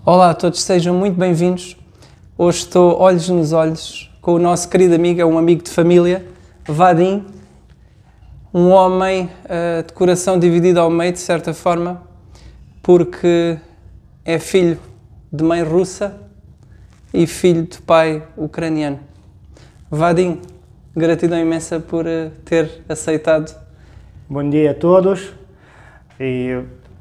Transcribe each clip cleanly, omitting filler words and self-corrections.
Olá a todos, sejam muito bem-vindos. Hoje estou olhos nos olhos com o nosso querido amigo, é um amigo de família, Vadim, um homem de coração dividido ao meio, de certa forma, porque é filho de mãe russa e filho de pai ucraniano. Vadim, gratidão imensa por ter aceitado. Bom dia a todos e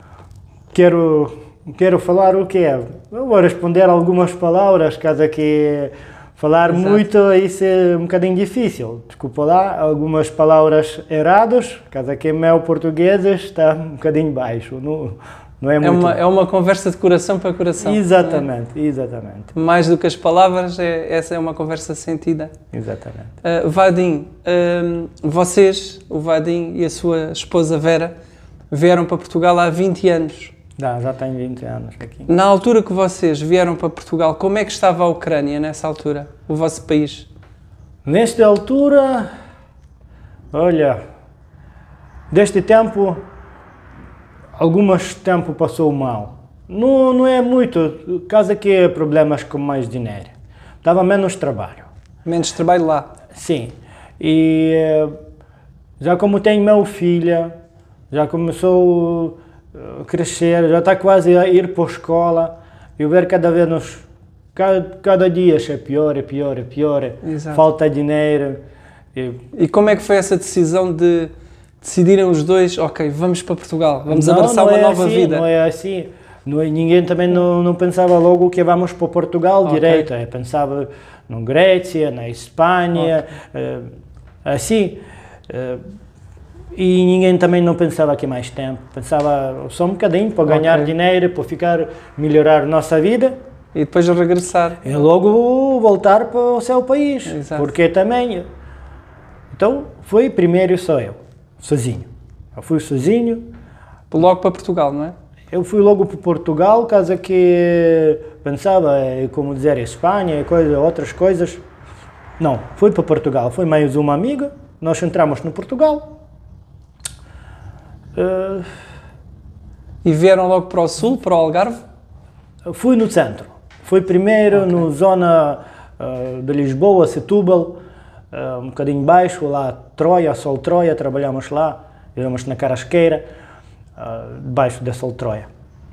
quero falar o que é. Eu vou responder algumas palavras, caso que falar Exato. muito isso é um bocadinho difícil. Desculpa lá, algumas palavras erradas, caso que meu português está um bocadinho baixo, não é muito. É uma conversa de coração para coração. Exatamente, exatamente. Mais do que as palavras, essa é uma conversa sentida. Exatamente. Vadim, vocês, o Vadim e a sua esposa Vera, vieram para Portugal há 20 anos. Já tenho 20 anos aqui. Na altura que vocês vieram para Portugal, como é que estava a Ucrânia nessa altura, o vosso país? Nesta altura, olha, deste tempo, algumas tempo passou mal. Não é muito, caso que é problemas com mais dinheiro. Dava menos trabalho. Menos trabalho lá? Sim. E já como tenho meu filha, já começou a crescer, já está quase a ir para a escola, e ver cada dia é pior, é pior, é pior. Exato. Falta dinheiro. E como é que foi essa decisão de decidirem os dois, ok, vamos para Portugal, vamos abraçar uma nova vida? Não é assim. Ninguém também não pensava logo que vamos para Portugal direito. Pensava na Grécia, na Espanha, assim. E ninguém também não pensava que mais tempo. Pensava só um bocadinho para ganhar dinheiro, para melhorar a nossa vida. E depois regressar. E logo voltar para o seu país. Exato. Porque também... Então, foi primeiro só eu, sozinho. Eu fui sozinho. Logo para Portugal, não é? Eu fui logo para Portugal, caso que pensava, como dizer, Espanha e outras coisas. Não, fui para Portugal. Foi mais uma amiga. Nós entramos no Portugal. E vieram logo para o sul, para o Algarve? Fui no centro. Fui primeiro na zona de Lisboa, Setúbal, um bocadinho baixo, lá Troia, Sol Troia, trabalhamos lá, íamos na Carrasqueira, debaixo da Sol Troia.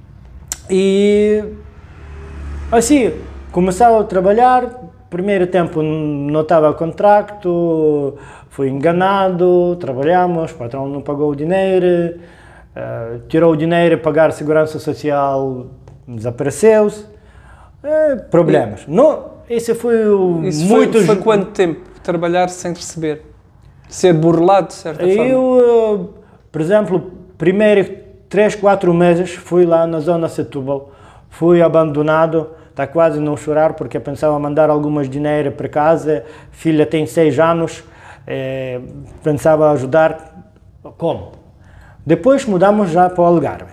E assim, começava a trabalhar, primeiro tempo não estava contrato, fui enganado, trabalhamos, o patrão não pagou o dinheiro, tirou o dinheiro, pagar segurança social, desapareceu-se, problemas. Esse foi muito... Foi quanto tempo trabalhar sem receber? Ser burlado, de certa forma? Eu, por exemplo, primeiro 3, 4 meses fui lá na zona Setúbal, fui abandonado, está quase a não chorar porque pensava mandar algumas dinheiro para casa, filha tem 6 anos, pensava ajudar, como? Depois mudamos já para o Algarve,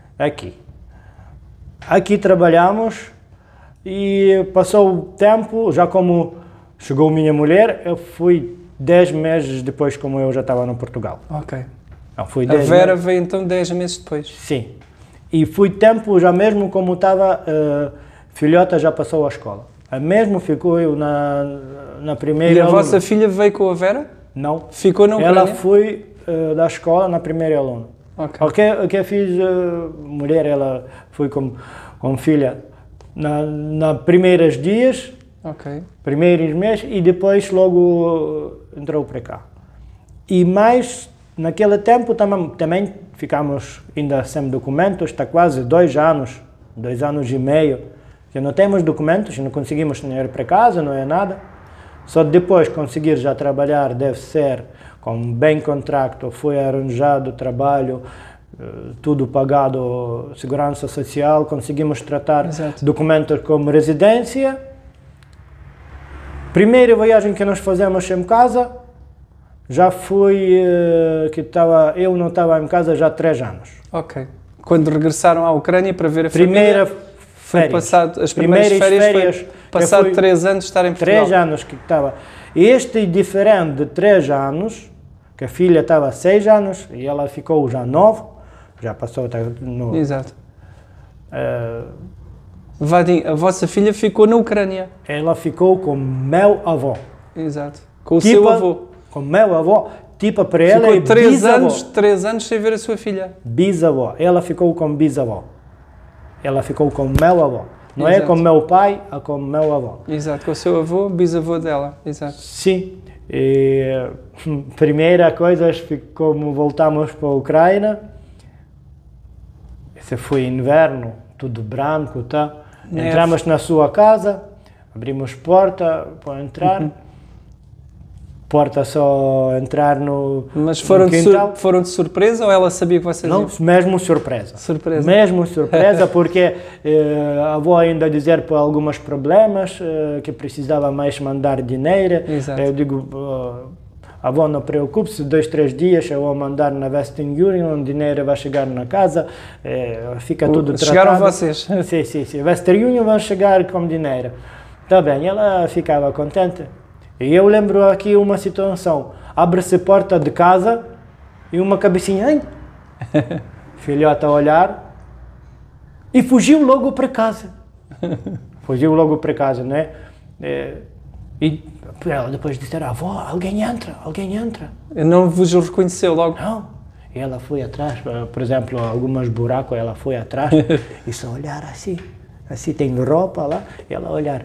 aqui trabalhamos e passou o tempo, já como chegou minha mulher, eu fui 10 meses depois como eu já estava no Portugal. Ok. Não, fui A Vera veio então 10 meses depois? Sim. E fui tempo já mesmo como estava, filhota já passou à escola. A mesmo ficou eu na primeira... E a vossa filha veio com a Vera? Não. Ficou na Ucrânia? Ela foi da escola na primeira aluno. O que eu fiz, mulher, ela foi como filha na primeiros dias, primeiros meses, e depois logo entrou para cá. E mais, naquele tempo também ficamos ainda sem documentos, está quase 2 anos e meio, que não temos documentos, não conseguimos dinheiro para casa, não é nada. Só depois conseguir já trabalhar deve ser com bem contrato, foi arranjado trabalho, tudo pagado, segurança social, conseguimos tratar documentos como residência. Primeira viagem que nós fazemos em casa, já foi eu não estava em casa já há 3 anos. Ok. Quando regressaram à Ucrânia para ver a Primeira família? Férias. As primeiras férias foi passado 3 anos de estar em Portugal. 3 anos que estava. Este diferente de 3 anos, que a filha estava 6 anos e ela ficou já 9, já passou no... Exato. Vadim, a vossa filha ficou na Ucrânia. Ela ficou com meu avô. Exato. Com o seu avô. Com meu avô. Tipo, para ela ficou é 3 anos sem ver a sua filha. Bisavó. Ela ficou com bisavó. Ela ficou com meu avô. Não Exato. é com meu pai, é com meu avô. Exato. Com o seu avô, bisavô dela. Exato. Sim. E, primeira coisa, como voltamos para a Ucrânia, esse foi inverno, tudo branco, tá? Entramos na sua casa, abrimos porta para entrar, porta só entrar no Mas foram, foram de surpresa ou ela sabia que vocês iam? Não, mesmo surpresa. Surpresa. Mesmo surpresa, porque a avó ainda dizer por alguns problemas, que precisava mais mandar dinheiro. Exato. Eu digo, avó, não preocupe-se, 2, 3 dias eu vou mandar na Western Union, o dinheiro vai chegar na casa, fica tudo tratado. Chegaram vocês? Sim. Western Union vai chegar com dinheiro. Tá bem, ela ficava contente. E eu lembro aqui uma situação, abre-se a porta de casa e uma cabecinha, hein? Filhota a olhar e fugiu logo para casa. Fugiu logo para casa, né? E ela depois disse, avó, alguém entra. Não vos reconheceu logo? Não. E ela foi atrás, por exemplo, alguns buracos, ela foi atrás e só olhar assim tem roupa lá, e ela olhar.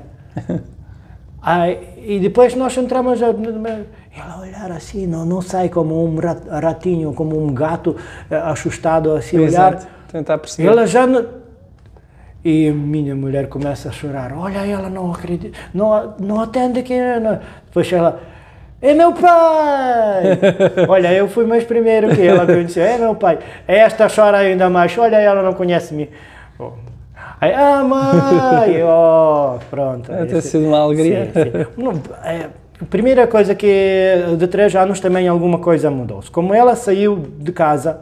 E depois nós entramos, ela olhar assim, não sai como um ratinho, como um gato assustado assim, olhar. Tentar perceber. Ela já E minha mulher começa a chorar, olha, ela não acredita, não atende quem é. Depois ela, é meu pai! Olha, eu fui mais primeiro que ela conheceu, é meu pai. Esta chora ainda mais, olha, ela não conhece-me. Aí, mãe! Pronto. Deve ter sido uma alegria. Sim. A primeira coisa que de 3 anos também alguma coisa mudou-se. Como ela saiu de casa,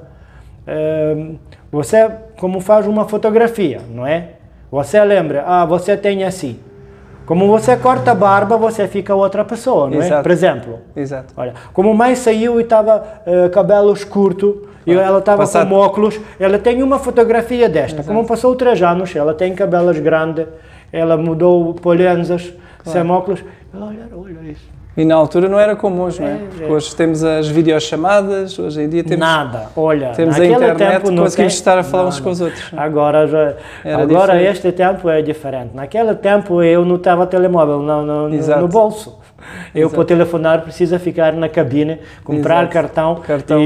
você como faz uma fotografia, não é? Você lembra, você tem assim. Como você corta a barba, você fica outra pessoa, não é? Por exemplo. Exato. Olha, como mãe saiu e estava cabelos curtos, e ela estava com óculos, ela tem uma fotografia desta. Exato. Como passou 3 anos, ela tem cabelos grandes, ela mudou polenzas, sem óculos. Ela olha isso. E na altura não era como hoje, não é? Porque hoje temos as videochamadas, hoje em dia temos... Nada, olha, temos a internet, conseguimos estar a falar uns com os outros. Agora este tempo é diferente. Naquele tempo eu não estava telemóvel no bolso. Eu para telefonar precisa ficar na cabine, comprar cartão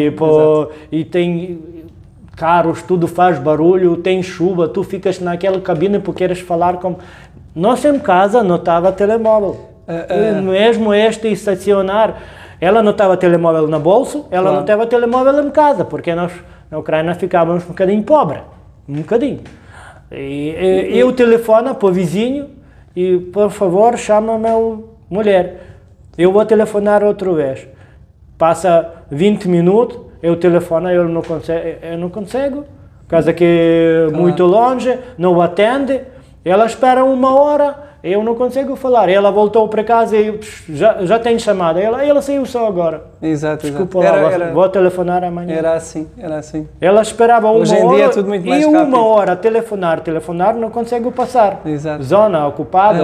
e tem carros, tudo faz barulho, tem chuva, tu ficas naquela cabine porque queres falar com... Nós em casa não estava telemóvel. Mesmo este estacionar, ela não estava telemóvel no bolso, ela não estava telemóvel em casa, porque nós na Ucrânia ficávamos um bocadinho pobre, um bocadinho. E eu telefono para o vizinho e, por favor, chama a minha mulher. Eu vou telefonar outra vez. Passa 20 minutos, eu telefono, eu não consigo, casa que é muito longe, não atende, ela espera 1 hora, eu não consigo falar. Ela voltou para casa e já tem chamada. Ela saiu só agora. Exato, desculpa lá, vou telefonar amanhã. Era assim. Ela esperava 1 hora. Hoje em dia é tudo muito mais rápido. E 1 hora telefonar, não consigo passar. Exato. Zona ocupada.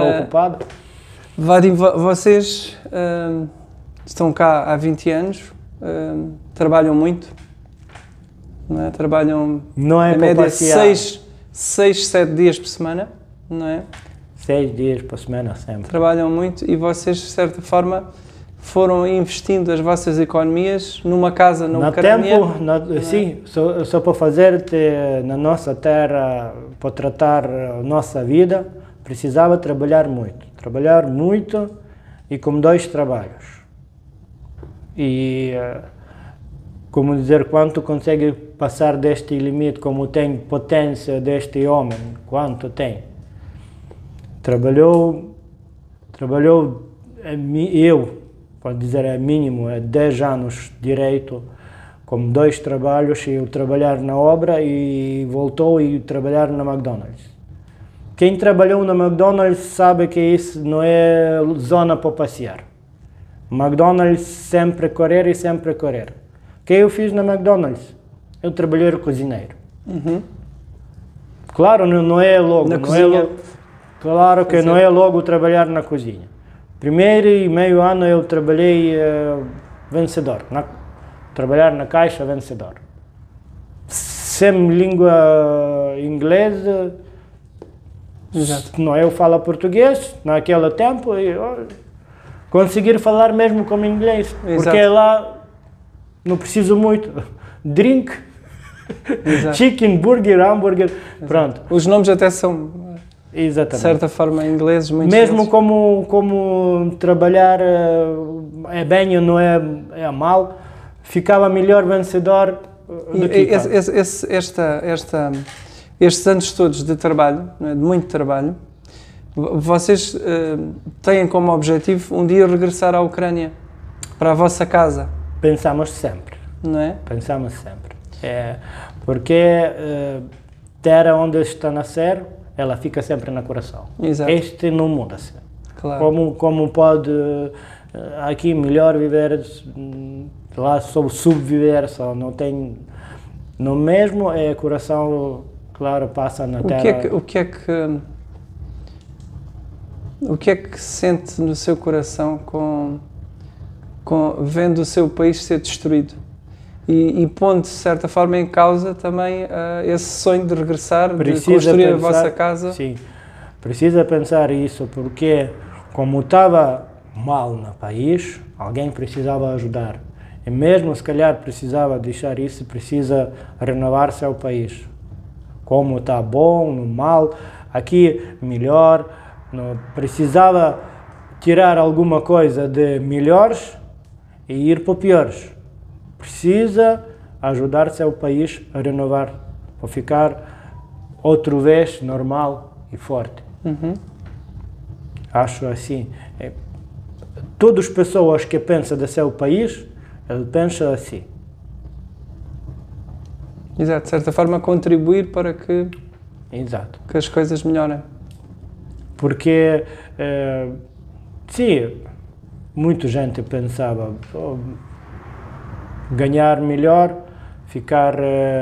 Vadim, vocês estão cá há 20 anos, trabalham muito, não é? Trabalham em média 6, 7 dias por semana, não é? 6 dias por semana sempre. Trabalham muito e vocês, de certa forma, foram investindo as vossas economias numa casa na Ucrânia. Sim, só para fazer na nossa terra, para tratar a nossa vida, precisava trabalhar muito e com 2 trabalhos. E como dizer, quanto consegue passar deste limite, como tem potência deste homem, quanto tem. Trabalhou, pode dizer, é mínimo, 10 anos direito, com 2 trabalhos, eu trabalhar na obra e voltou e trabalhar na McDonald's. Quem trabalhou na McDonald's sabe que isso não é zona para passear. McDonald's sempre correr. O que eu fiz na McDonald's? Eu trabalhei cozinheiro. Claro, não é logo. Na cozinha? Claro que não é logo trabalhar na cozinha. Primeiro e meio ano eu trabalhei vencedor, trabalhar na caixa vencedor. Sem língua inglesa, não eu falo português, naquele tempo, conseguir falar mesmo como inglês, porque lá não preciso muito. Drink, chicken, burger, hambúrguer, pronto. Os nomes até são, exatamente, de certa forma, ingleses, muito mesmo como trabalhar é bem ou não é mal, ficava melhor vencedor do que estes anos todos de trabalho, de muito trabalho, vocês têm como objetivo um dia regressar à Ucrânia, para a vossa casa? Pensamos sempre. Não é? Pensamos sempre. Porque terra onde está a nascer, ela fica sempre no coração. Exato. Este não muda-se. Claro. Como pode aqui melhor viver, lá só subviver, só não tem... No mesmo é coração, claro, passa na terra. O que é que sente no seu coração vendo o seu país ser destruído? E pondo, de certa forma, em causa também esse sonho de regressar, de construir a vossa casa? Sim, precisa pensar isso, porque como estava mal no país, alguém precisava ajudar. E mesmo, se calhar, precisava deixar isso, precisa renovar-se ao país. Como está bom, no mal, aqui melhor, não precisava tirar alguma coisa de melhores e ir para piores. Precisa ajudar-se ao país a renovar, a ficar outra vez normal e forte. Acho assim. Todas as pessoas que pensam de seu país, ele pensa assim. Exato, de certa forma contribuir para que as coisas melhorem. Porque, sim, muita gente pensava ganhar melhor, ficar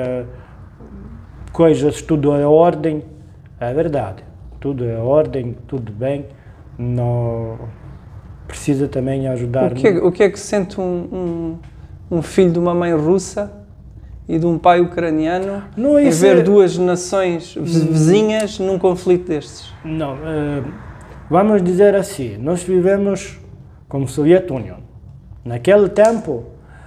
coisas tudo em ordem. É verdade, tudo é ordem, tudo bem, não precisa também ajudar. O que é que sente um filho de uma mãe russa e de um pai ucraniano em ver duas nações vizinhas num conflito destes? Não, vamos dizer assim, nós vivemos como Soviética União. Naquele tempo,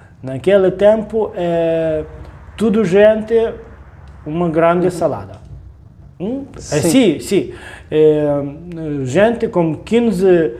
tudo gente, uma grande salada. Sim. Sim. Gente com 15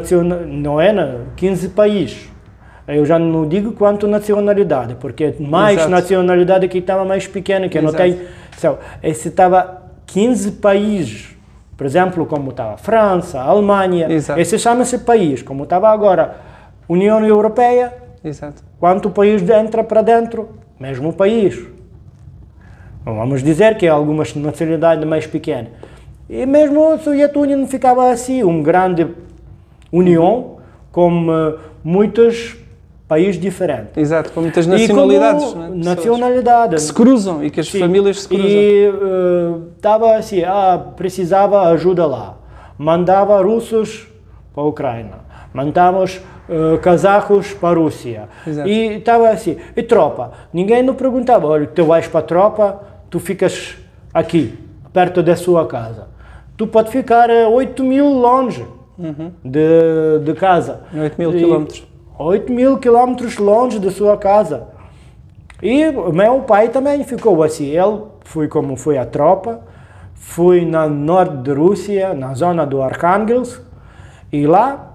15 países. Eu já não digo quanto nacionalidade, porque mais nacionalidade que estava mais pequena, que não tem... Esse estava 15 países, por exemplo, como estava França, Alemanha, esse chama-se país, como estava agora União Europeia, quanto país entra para dentro, mesmo país. Vamos dizer que algumas nacionalidades mais pequenas. E mesmo a Soviética União ficava assim, uma grande união com muitos países diferentes. Exato, com muitas nacionalidades. Nacionalidades. Que se cruzam e que as famílias se cruzam. E estava assim, precisava ajuda lá. Mandava russos para a Ucrânia. Mandamos casacos para a Rússia. E estava assim. E tropa. Ninguém não perguntava, olha, tu vais para a tropa, tu ficas aqui, perto da sua casa. Tu pode ficar 8.000 longe de casa. 8.000 quilómetros. 8.000 quilómetros longe da sua casa. E o meu pai também ficou assim. Ele foi como foi a tropa, foi na norte da Rússia, na zona do Archangelsk, e lá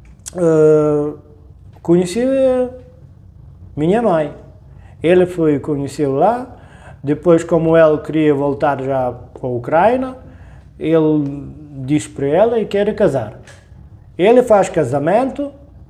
conheci minha mãe. Ele conheceu lá, depois como ele queria voltar já para a Ucrânia, ele diz para ela e quer casar. Ele faz casamento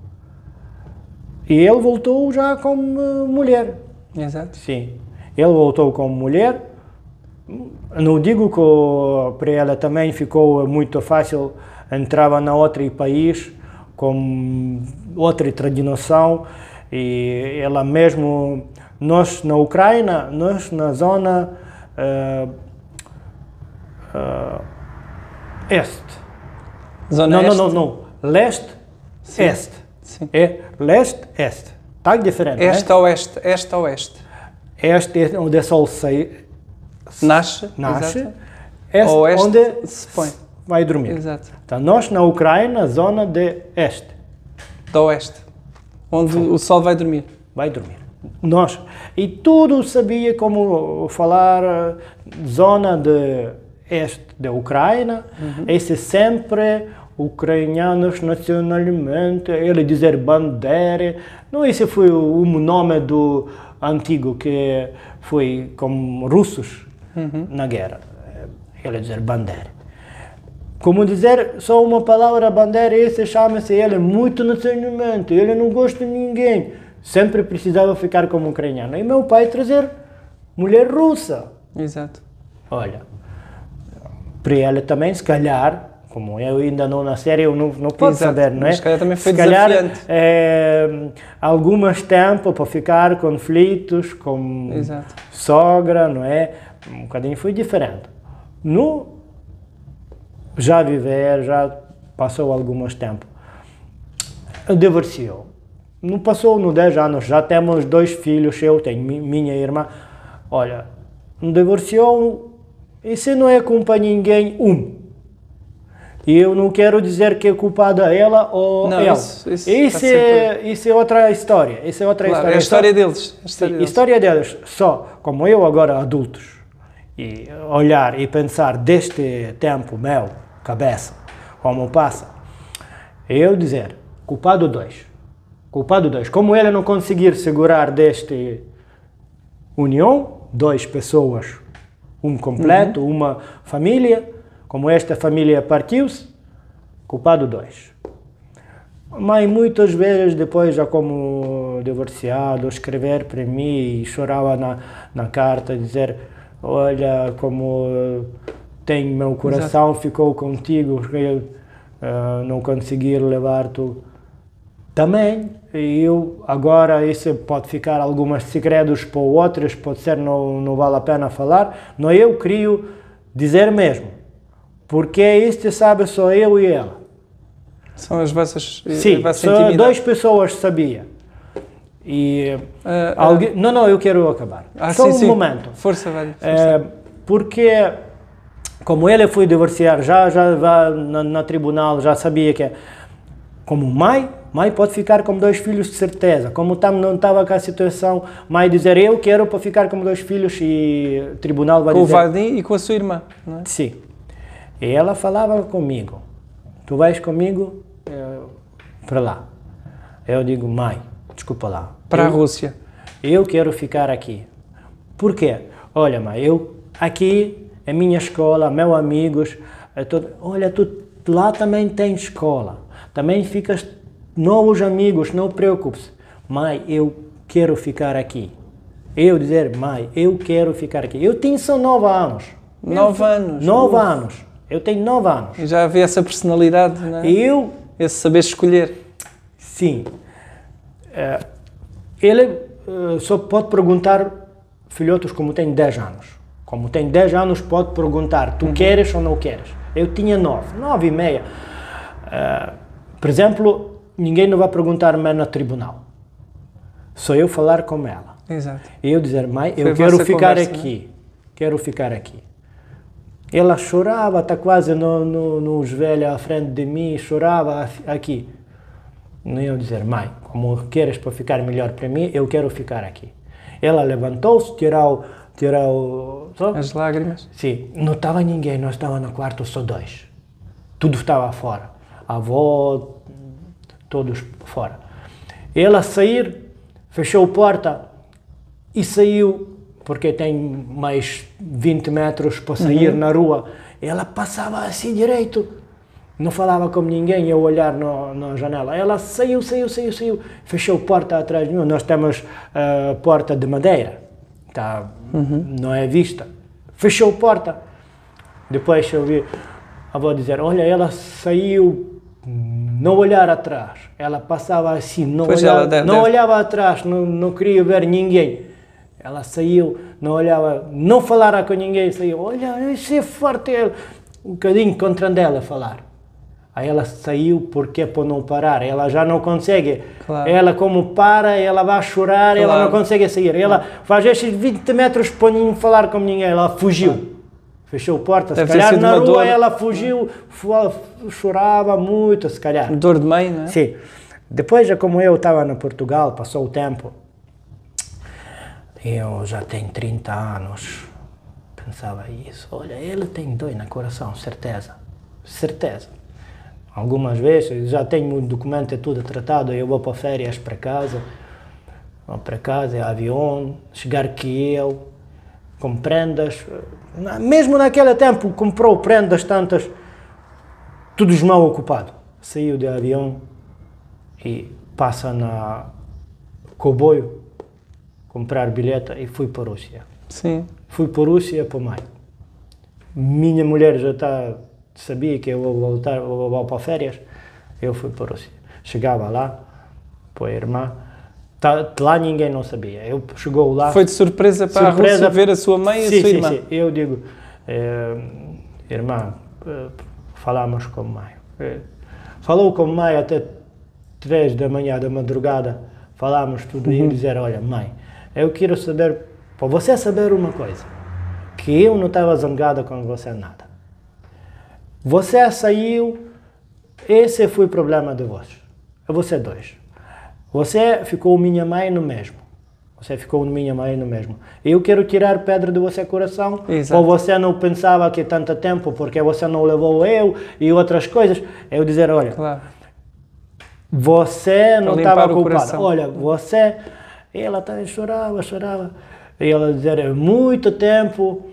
e ele voltou já como mulher. Exato. Sim. Ele voltou como mulher. Não digo que para ela também ficou muito fácil, entrava na outro país com outra tradição e ela mesmo, nós na Ucrânia, nós na zona este. Zona não, este? não. Leste, Sim. este. Sim. É leste, este. Está diferente, Este a oeste, este a oeste. Este é onde o sol Nasce. Este Oeste onde se põe. vai dormir. Exato. Então, nós na Ucrânia, zona de este. Da oeste. Onde o sol vai dormir. Vai dormir. Nós. E tudo sabia como falar zona de este da Ucrânia. Esse sempre ucranianos nacionalmente, ele dizer bandeira. Não, esse foi o nome do antigo que foi como russos na guerra. Ele dizer bandeira. Como dizer só uma palavra bandeira, esse chama-se ele muito nacionalmente, ele não gosta de ninguém. Sempre precisava ficar como ucraniano. E meu pai trazer mulher russa. Exato. Olha, para ele também, se calhar, como eu ainda não nasci, eu não posso saber, não é? Mas se calhar também foi se calhar, desafiante. Algumas tempos para ficar conflitos com Exato. sogra, não é? Um bocadinho foi diferente. No já viver, já passou alguns tempos. Divorciou. Não passou nos 10 anos, já temos 2 filhos, eu tenho minha irmã. Olha, divorciou, isso não é culpa de ninguém, E eu não quero dizer que é culpada ela ou não, ela. Isso é outra história. Isso é outra claro, história. É a história deles. História deles. Só, como eu agora adultos, e olhar e pensar deste tempo meu, cabeça, como passa, eu dizer, culpado 2. Culpado 2. Como ele não conseguir segurar deste união, 2 pessoas, completo, uma família, como esta família partiu-se, culpado 2. Mas muitas vezes depois, já como divorciado, escrever para mim e chorava na carta, dizer, olha como tem meu coração, exato, ficou contigo, eu não consegui levar tu. Também, eu agora, isso pode ficar alguns segredos para outros, pode ser não vale a pena falar, mas eu queria dizer mesmo, porque este sabe só eu e ela. São as vossas Sim, só 2 pessoas sabiam. E alguém, não, eu quero acabar. Só sim, um momento. Força, velho. Porque como ele foi divorciar, já na tribunal, já sabia que como mãe pode ficar com 2 filhos de certeza. Como não estava com a situação, mãe dizer eu quero para ficar com 2 filhos e o tribunal vai dizer... Com o Vadim e com a sua irmã, não é? Sim. E ela falava comigo, tu vais comigo para lá. Eu digo, mãe, desculpa lá. Para a Rússia. Eu quero ficar aqui. Por quê? Olha, mãe, aqui é minha escola, meus amigos, olha, tu lá também tem escola, também ficas novos amigos, não preocupes. Mãe, eu quero ficar aqui. Eu dizer, mãe, eu quero ficar aqui. Eu tenho só 9 anos. 9 anos? 9 anos. Eu tenho 9 anos. E já havia essa personalidade, não é? Esse saber escolher. Sim. Ele só pode perguntar filhotos como tem 10 anos. Como tem 10 anos, pode perguntar, tu queres ou não queres? Eu tinha 9 e meia. Por exemplo, ninguém não vai perguntar-me no tribunal. Só eu falar com ela. Exato. E eu dizer, mãe, eu quero ficar aqui. Quero ficar aqui. Ela chorava, está quase no joelho à frente de mim, chorava aqui. E eu dizer, mãe, como queres para ficar melhor para mim, eu quero ficar aqui. Ela levantou-se, tirou as lágrimas? Sim, não estava ninguém, nós estávamos no quarto só 2. Tudo estava fora. A avó, todos fora. Ela sair, fechou a porta e saiu, porque tem mais 20 metros para sair na rua. Ela passava assim direito, não falava com ninguém, eu olhar na janela. Ela saiu, fechou a porta atrás de mim. Nós temos porta de madeira, tá, não é vista. Fechou a porta. Depois eu vi a avó dizer, olha, ela saiu, não olhar atrás. Ela passava assim, não olhava atrás, não queria ver ninguém. Ela saiu, não olhava, não falara com ninguém, saiu, olha, isso é forte, um bocadinho contra ela falar. Aí ela saiu porque é para não parar, ela já não consegue. Claro. Ela como para, ela vai chorar, claro. Ela não consegue sair. Ela faz estes 20 metros para não falar com ninguém, ela fugiu. Claro. Fechou a porta, se calhar na rua dor... ela fugiu, chorava muito, se calhar. Dor de mãe, não é? Sim. Depois, como eu estava no Portugal, passou o tempo, eu já tenho 30 anos, pensava isso, olha, ele tem dor no coração, certeza, certeza. Algumas vezes, já tenho o documento, é tudo tratado, eu vou para férias para casa, vou para casa, é avião, chegar que eu, com prendas, mesmo naquele tempo comprou prendas tantas, todos mal ocupados. Saiu de avião e passa na comboio, comprar bilhete e fui para a Rússia. Sim. Fui para a Rússia para maio. Minha mulher já sabia que eu vou voltar, vou para férias, eu fui para a Rússia. Chegava lá, para a irmã, lá ninguém não sabia. Eu chegou lá. Foi de surpresa para a Rússia ver a sua mãe e a sua irmã? Sim, eu digo, irmã, falamos com a mãe. Falou com a mãe até 3 da manhã, da madrugada, falámos tudo e dizer, olha mãe, eu quero saber, para você saber uma coisa, que eu não estava zangada com você nada. Você saiu, esse foi o problema de vocês, você dois. Você ficou minha mãe no mesmo. Você ficou minha mãe no mesmo. Eu quero tirar pedra do seu coração, exato. Ou você não pensava que tanto tempo, porque você não levou eu e outras coisas. Eu dizer, olha, claro. Você não estava culpada. Olha, você... Ela chorava. E ela dizer, muito tempo,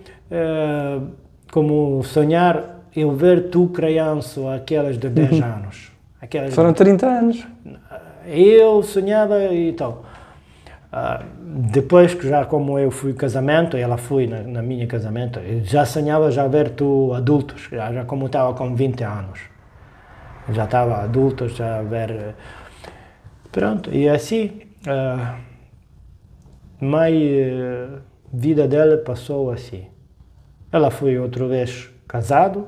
como sonhar, eu ver tu criança, aquelas de 10 anos. Foram 30 anos. Eu sonhava e tal. Depois que já como eu fui casamento, ela foi na minha casamento, eu já sonhava já ver tu adultos, já como estava com 20 anos. Já estava adulto, já ver... Pronto, e assim, vida dela passou assim. Ela foi outra vez casado,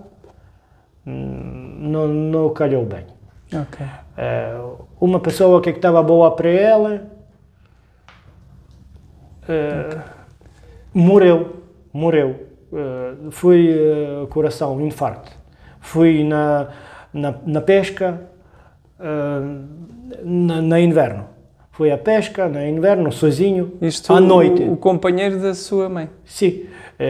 não calhou bem. Okay. Uma pessoa que estava boa para ela morreu. Foi coração, infarto. Fui na pesca no inverno. Fui à pesca no inverno, sozinho, à noite. O companheiro da sua mãe? Sim.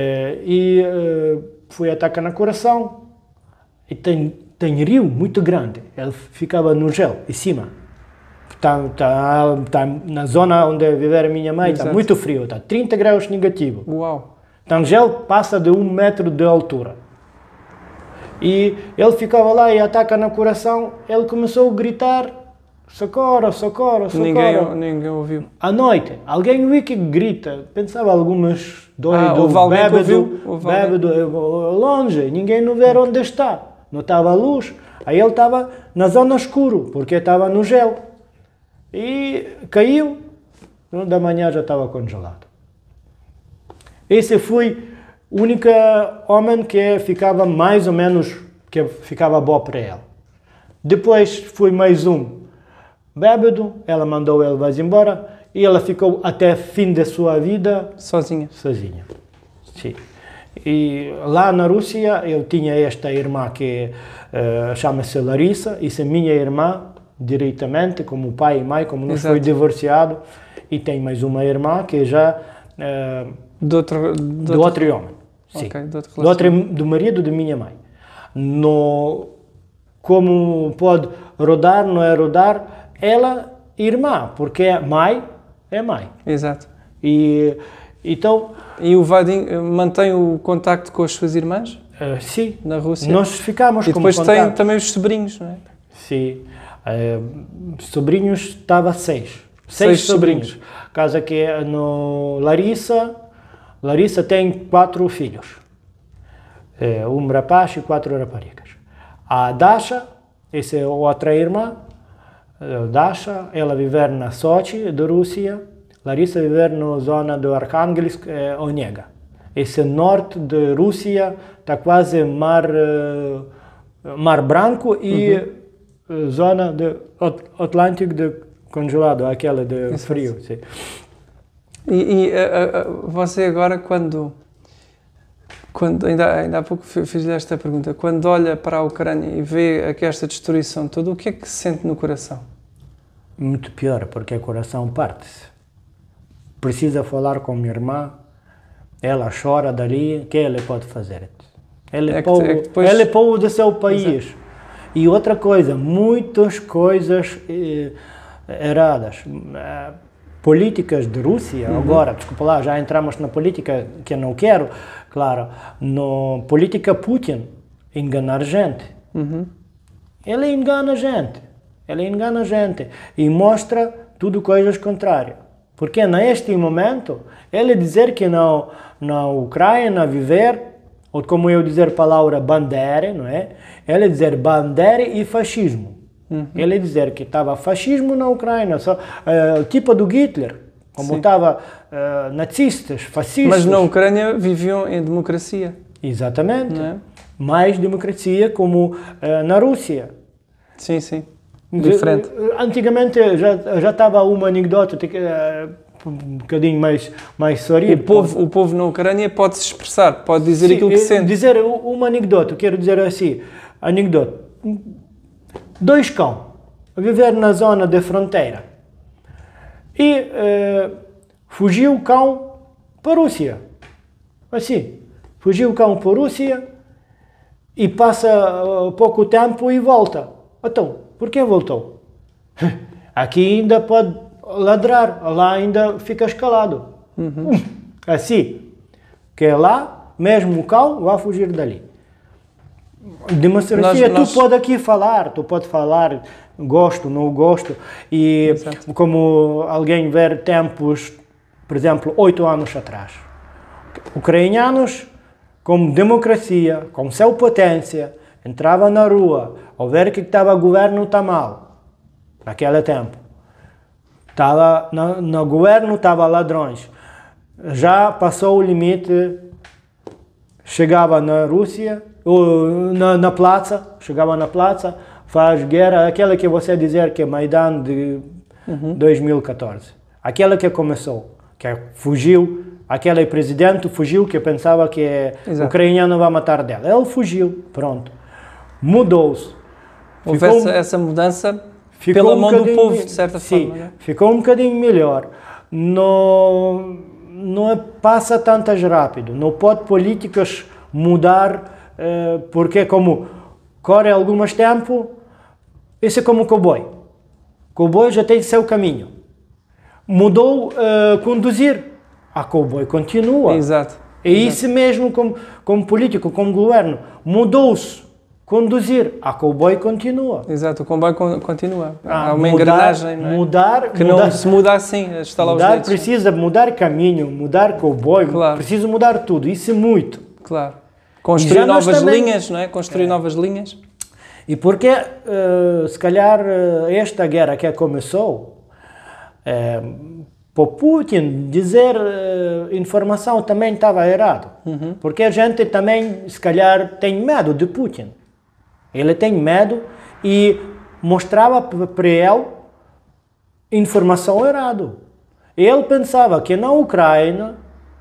Fui atacar no coração e tem rio muito grande, ele ficava no gel, em cima. Está na zona onde vive a minha mãe, está muito frio, está 30 graus negativo. Uau! Então, gel passa de 1 metro de altura. E ele ficava lá e ataca no coração, ele começou a gritar, socorro. Ninguém ouviu. À noite, alguém viu que grita, pensava algumas doido, bêbado, longe, ninguém não vê onde está. Não estava a luz, aí ele estava na zona escura, porque estava no gel. E caiu, da manhã já estava congelado. Esse foi o único homem que ficava mais ou menos, que ficava bom para ele. Depois foi mais um bêbado, ela mandou ele vai embora, e ela ficou até o fim da sua vida... Sozinha? Sozinha, sim. E lá na Rússia eu tinha esta irmã que chama-se Larissa, isso é minha irmã diretamente, como pai e mãe, como nós foi divorciado, e tem mais uma irmã que já do outro homem, sim, okay, do marido de minha mãe. Como pode rodar, não é rodar, ela irmã, porque mãe é mãe. Exato. Então... E o Vadim mantém o contacto com as suas irmãs? Sim. Na Rússia? Nós ficamos com depois tem também os sobrinhos, não é? Sim. Sobrinhos estava 6. 6 sobrinhos. Casa que é no Larissa tem 4 filhos. Um rapaz e 4 raparigas. A Dasha, essa é outra irmã, Dasha, ela vive na Sochi, da Rússia. Larissa vive na zona do Archangelsk, Onega. Esse norte de Rússia está quase mar Branco e zona do Atlântico de congelado, aquela de frio. Sim. E você agora, quando ainda há pouco fiz-lhe esta pergunta, quando olha para a Ucrânia e vê aqui esta destruição toda, o que é que se sente no coração? Muito pior, porque o coração parte-se. Precisa falar com minha irmã, ela chora dali, o que ele pode fazer? Ele é povo do seu país. Exato. E outra coisa, muitas coisas erradas. Políticas de Rússia, agora, desculpa lá, já entramos na política que eu não quero, claro, na política Putin, enganar gente. Ele engana a gente e mostra tudo coisas contrárias. Porque neste momento, ele dizer que na Ucrânia viver, ou como eu dizer a palavra Bandera, não é? Ele dizer Bandera e fascismo. Ele dizer que estava fascismo na Ucrânia, tipo do Hitler, como estava nazistas, fascistas. Mas na Ucrânia viviam em democracia. Exatamente. Não é? Mais democracia como na Rússia. Sim, sim. Diferente. Antigamente já estava uma anedota um bocadinho mais sorrido. O povo na Ucrânia pode se expressar, pode dizer aquilo que sente. Dizer uma anedota, quero dizer assim, anedota. 2 cães a viver na zona de fronteira e fugiu o cão para a Rússia. Assim, fugiu o cão para a Rússia e passa pouco tempo e volta. Então, por que voltou? Aqui ainda pode ladrar, lá ainda fica escalado. Assim, que lá, mesmo o cão vai fugir dali. Democracia, tu pode aqui falar, gosto, não gosto, e exato. Como alguém ver tempos, por exemplo, 8 anos atrás, ucranianos com democracia, com sua potência, entrava na rua, ao ver que estava o governo está mal, naquele tempo, estava no governo estava ladrões, já passou o limite, chegava na Rússia, chegava na praça, faz guerra, aquela que você dizer que é Maidan de 2014, aquela que começou, que fugiu, aquele presidente fugiu, que pensava que o ucraniano vai matar dela, ele fugiu, pronto, mudou-se. Houve essa mudança pela mão do povo, de certa forma. Né? Ficou um bocadinho melhor, não passa tantas rápido, não pode políticas mudar, porque como corre alguns tempo, isso é como cowboy. Cowboy já tem seu caminho. Mudou conduzir, a cowboy continua. Exato. É isso mesmo como político, como governo. Mudou-se conduzir, a cowboy continua. Exato, o comboio continua. Há uma engrenagem, não é? Mudar, não se muda assim, estalar os dedos. Precisa mudar caminho, mudar cowboy, claro. Precisa mudar tudo, isso é muito. Claro. Construir novas linhas, não é? Construir novas linhas. E porque, se calhar, esta guerra que começou, para Putin dizer informação também estava errado. Porque a gente também, se calhar, tem medo de Putin. Ele tem medo e mostrava para ele informação errada. Ele pensava que na Ucrânia,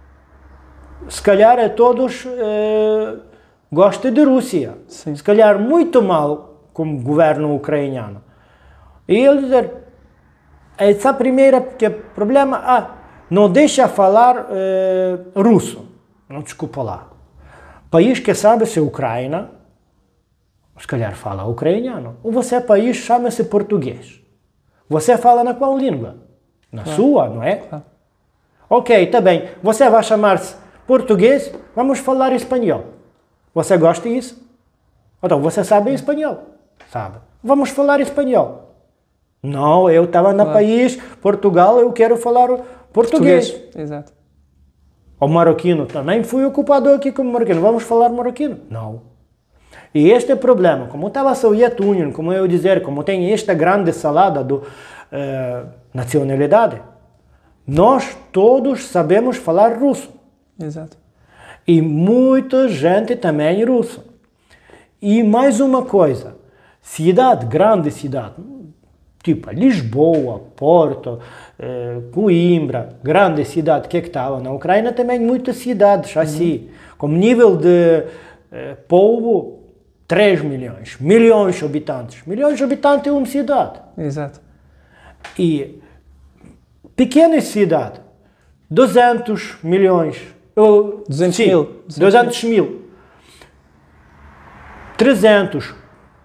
se calhar todos gostam de Rússia. Sim. Se calhar muito mal como governo ucraniano. E ele dizer, essa primeira, porque o problema, não deixa falar russo. Não, desculpa lá. País que sabe se Ucrânia, se calhar fala ucraniano. Ou você país chama-se português. Você fala na qual língua? Na sua, não é? Ok, está bem. Você vai chamar-se português, vamos falar espanhol. Você gosta disso? Então, você sabe espanhol? Sabe. Vamos falar espanhol. Não, eu estava no país, Portugal, eu quero falar português. Exato. O marroquino também fui ocupado aqui como marroquino. Vamos falar marroquino? Não. E este é o problema. Como estava a Soviet Union, como eu dizer, como tem esta grande salada de nacionalidade, nós todos sabemos falar russo. Exato. E muita gente também russa. E mais uma coisa, grande cidade, tipo Lisboa, Porto, Coimbra, grande cidade que estava na Ucrânia, também muitas cidades assim, como nível de povo, 3 milhões, milhões de habitantes. Milhões de habitantes é uma cidade. Exato. E pequena cidade, 200 milhões. 200 sim, mil. 200 mil. 300,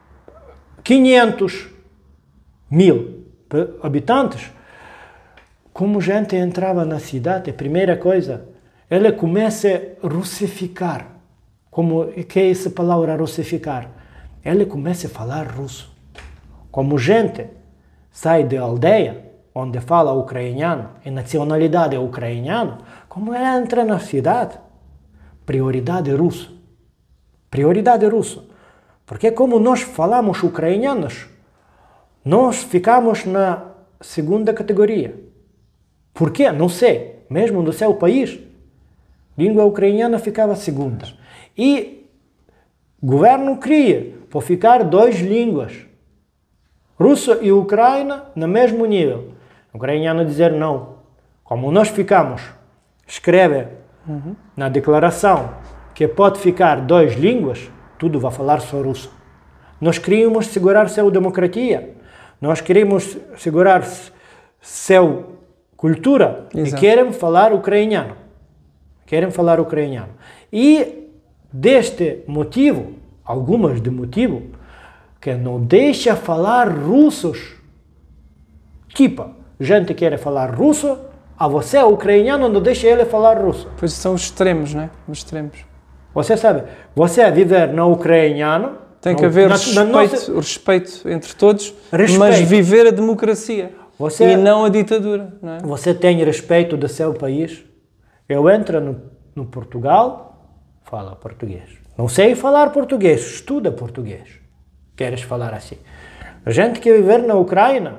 500 mil habitantes. Como gente entrava na cidade, a primeira coisa, ela começa a russificar. Que é essa palavra russificar? Ela começa a falar russo. Como gente sai da aldeia, onde fala ucraniano, e nacionalidade é ucraniana, como ela entra na cidade, prioridade russa. Prioridade russa. Porque como nós falamos ucranianos, nós ficamos na segunda categoria. Por quê? Não sei. Mesmo no seu país, língua ucraniana ficava segunda. E o governo queria para ficar 2 línguas. Russo e Ucrânia no mesmo nível. O ucraniano dizer não. Como nós ficamos, escreve na declaração que pode ficar 2 línguas, tudo vai falar só russo. Nós queríamos segurar sua democracia. Nós queríamos segurar sua cultura. Exato. E querem falar ucraniano. Querem falar ucraniano. E deste motivo, algumas de motivo, que não deixa falar russos. Tipo, gente quer falar russo, a você, ucraniano, não deixa ele falar russo. Pois são os extremos, não é? Os extremos. Você sabe, você viver na ucraniano... Tem que haver respeito entre todos, mas viver a democracia e não a ditadura. Não é? Você tem respeito do seu país. Eu entro no Portugal, falo português. Não sei falar português, estuda português. Queres falar assim? A gente que viver na Ucrânia,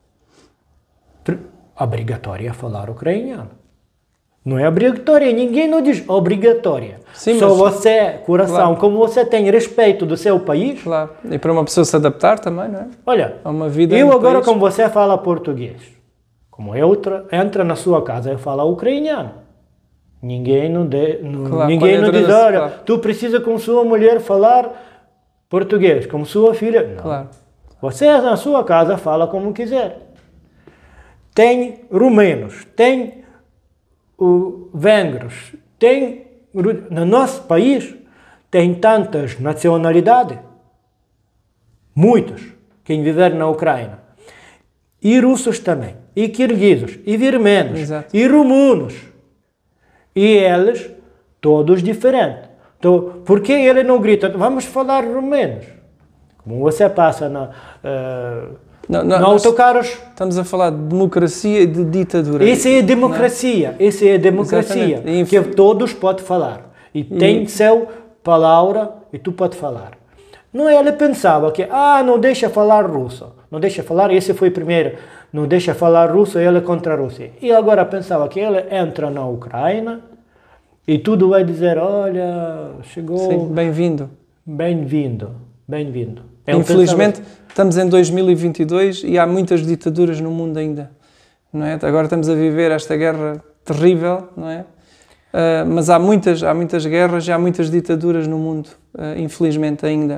obrigatória falar ucraniano. Não é obrigatória, ninguém não diz obrigatória. Sim, só você, coração, claro. Como você tem respeito do seu país. Claro, e para uma pessoa se adaptar também, não é? Olha, a uma vida eu agora como você fala português, como eu entra na sua casa e fala ucraniano, ninguém não diz, olha, claro. Tu precisa com sua mulher falar português, como sua filha. Não. Claro. Você na sua casa fala como quiser. Tem rumenos, tem vengros, no nosso país tem tantas nacionalidades, muitas, quem viver na Ucrânia, e russos também, e kirguizos, e virmenos, exato. E rumunos, e eles todos diferentes. Então, por que ele não grita, vamos falar rumenos? Como você passa no autocarros. Estamos a falar de democracia e de ditadura. Isso é democracia. Isso é democracia. Que todos podem falar. E tem seu palavra e tu pode falar. Não, ele pensava que, não deixa falar russo. Não deixa falar, esse foi primeiro. Não deixa falar russo, ele é contra a Rússia. E agora pensava que ele entra na Ucrânia e tudo vai dizer, olha, chegou... Sim, bem-vindo. Bem-vindo, bem-vindo. Infelizmente, estamos em 2022 e há muitas ditaduras no mundo ainda, não é? Agora estamos a viver esta guerra terrível, não é? Mas há muitas guerras e há muitas ditaduras no mundo, infelizmente ainda.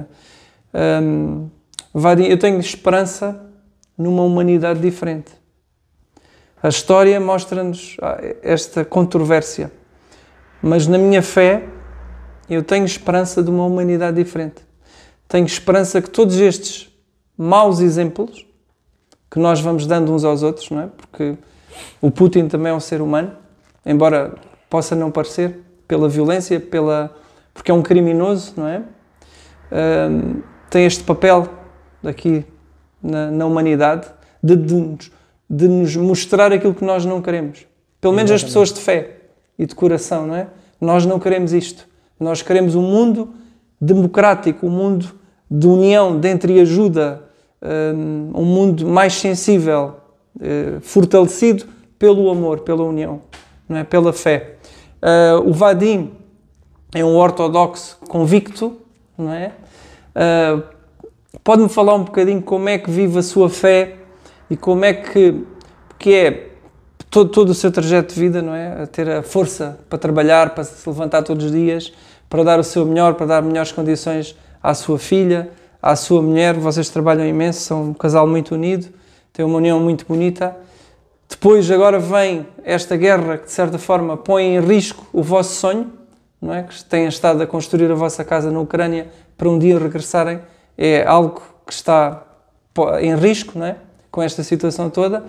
Eu tenho esperança numa humanidade diferente. A história mostra-nos esta controvérsia, mas na minha fé eu tenho esperança de uma humanidade diferente. Tenho esperança que todos estes maus exemplos que nós vamos dando uns aos outros, não é? Porque o Putin também é um ser humano, embora possa não parecer, pela violência, porque é um criminoso, não é? Tem este papel aqui na humanidade de nos mostrar aquilo que nós não queremos. Pelo menos as pessoas de fé e de coração, não é? Nós não queremos isto. Nós queremos um mundo democrático, um mundo de união, de entreajuda, um mundo mais sensível, fortalecido pelo amor, pela união, não é? Pela fé. O Vadim é um ortodoxo convicto, não é? Pode-me falar um bocadinho como é que vive a sua fé e como é que é todo o seu trajeto de vida, não é? A ter a força para trabalhar, para se levantar todos os dias, para dar o seu melhor, para dar melhores condições à sua filha, à sua mulher. Vocês trabalham imenso, são um casal muito unido, têm uma união muito bonita. Depois, agora vem esta guerra que, de certa forma, põe em risco o vosso sonho, não é? Que têm estado a construir a vossa casa na Ucrânia para um dia regressarem. É algo que está em risco, não é? Com esta situação toda.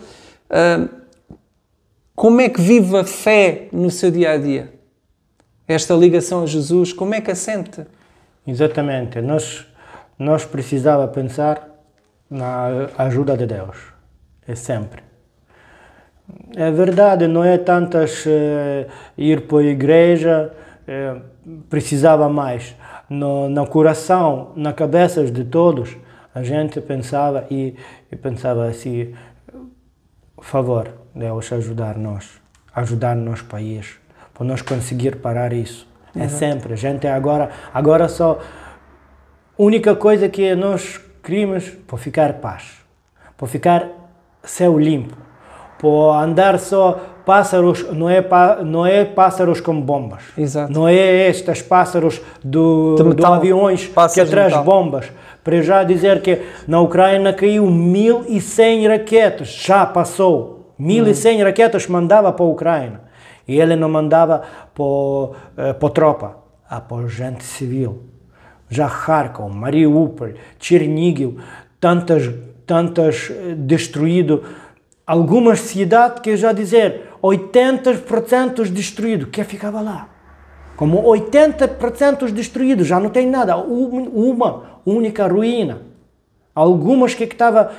Como é que vive a fé no seu dia-a-dia? Esta ligação a Jesus, como é que a sente? Exatamente. Nós precisávamos pensar na ajuda de Deus. É sempre. É verdade, não é tantas ir para a igreja, precisava mais. No coração, na cabeça de todos, a gente pensava e pensava assim, por favor, Deus ajudar nosso país, para nós conseguir parar isso. Uhum. É sempre, a gente agora só, a única coisa que nós queremos para ficar paz, para ficar céu limpo, para andar só pássaros, não é pássaros com bombas. Exato. Não é estes pássaros do aviões que traz bombas. Para já dizer que na Ucrânia caiu 1.100 raquetas, já passou. 1.100 raquetas mandava para a Ucrânia. E ele não mandava para tropa, para gente civil. Já Kharkov, Mariupol, Chernihiv, tantas destruído. Algumas cidades, que já dizer, 80% destruído, que ficava lá. Como 80% destruído, já não tem nada, uma única ruína. Algumas que estava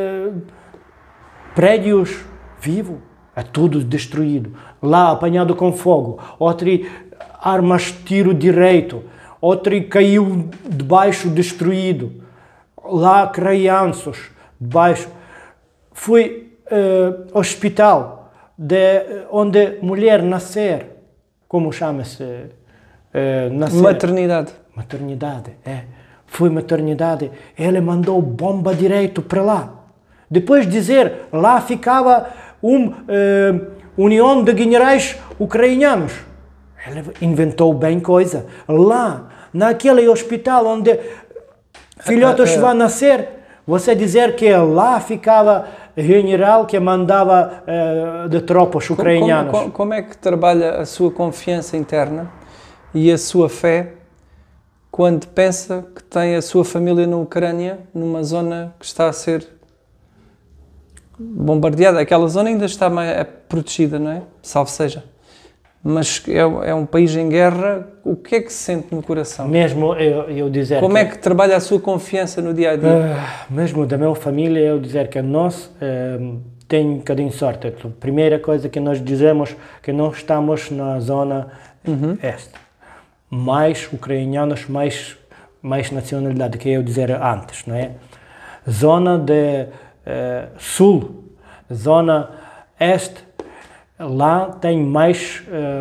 prédios vivos, é tudo destruído. Lá apanhado com fogo, outro armas tiro direito, outro caiu debaixo destruído. Lá crianças debaixo. Fui hospital onde mulher nascer, como chama-se? Maternidade. Maternidade, é. Fui maternidade, ele mandou bomba direito para lá. Depois dizer, lá ficava união de generais ucranianos. Ele inventou bem coisa. Lá, naquele hospital onde filhotes vão nascer, você dizer que lá ficava general que mandava de tropas ucranianas. Como é que trabalha a sua confiança interna e a sua fé quando pensa que tem a sua família na Ucrânia, numa zona que está a ser bombardeada? Aquela zona ainda está mais protegida, não é? Salve seja. Mas é um país em guerra, o que é que se sente no coração? Mesmo eu dizer... Como é que trabalha a sua confiança no dia-a-dia? Mesmo da minha família, eu dizer que nós temos um bocadinho de sorte. A primeira coisa que nós dizemos que nós estamos na zona este. Mais ucranianos, mais nacionalidade, que eu dizer antes, não é? Zona de sul, zona este, lá tem mais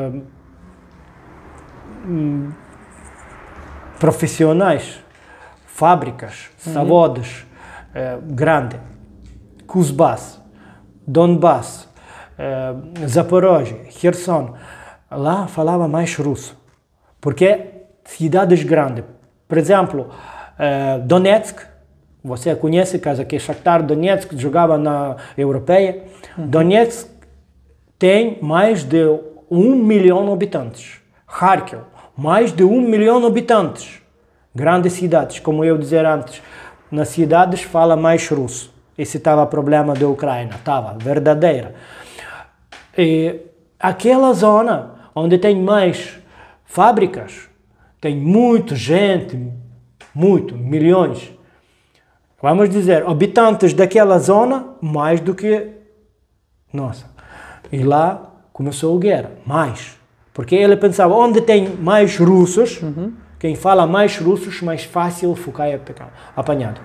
profissionais, fábricas, zavodes grandes, Kuzbass, Donbass, Zaporozhye, Kherson, lá falava mais russo, porque cidades grandes, por exemplo, Donetsk, você conhece, caso que Shakhtar Donetsk jogava na Europeia, Donetsk tem mais de 1 milhão de habitantes. Kharkiv, mais de 1 milhão de habitantes. Grandes cidades, como eu dizer antes, nas cidades fala mais russo. Esse estava o problema da Ucrânia, estava verdadeira. E aquela zona onde tem mais fábricas, tem muita gente, milhões. Vamos dizer, habitantes daquela zona, mais do que nossa. E lá começou a guerra, mais. Porque ele pensava, onde tem mais russos, quem fala mais russos, mais fácil ficar apanhado.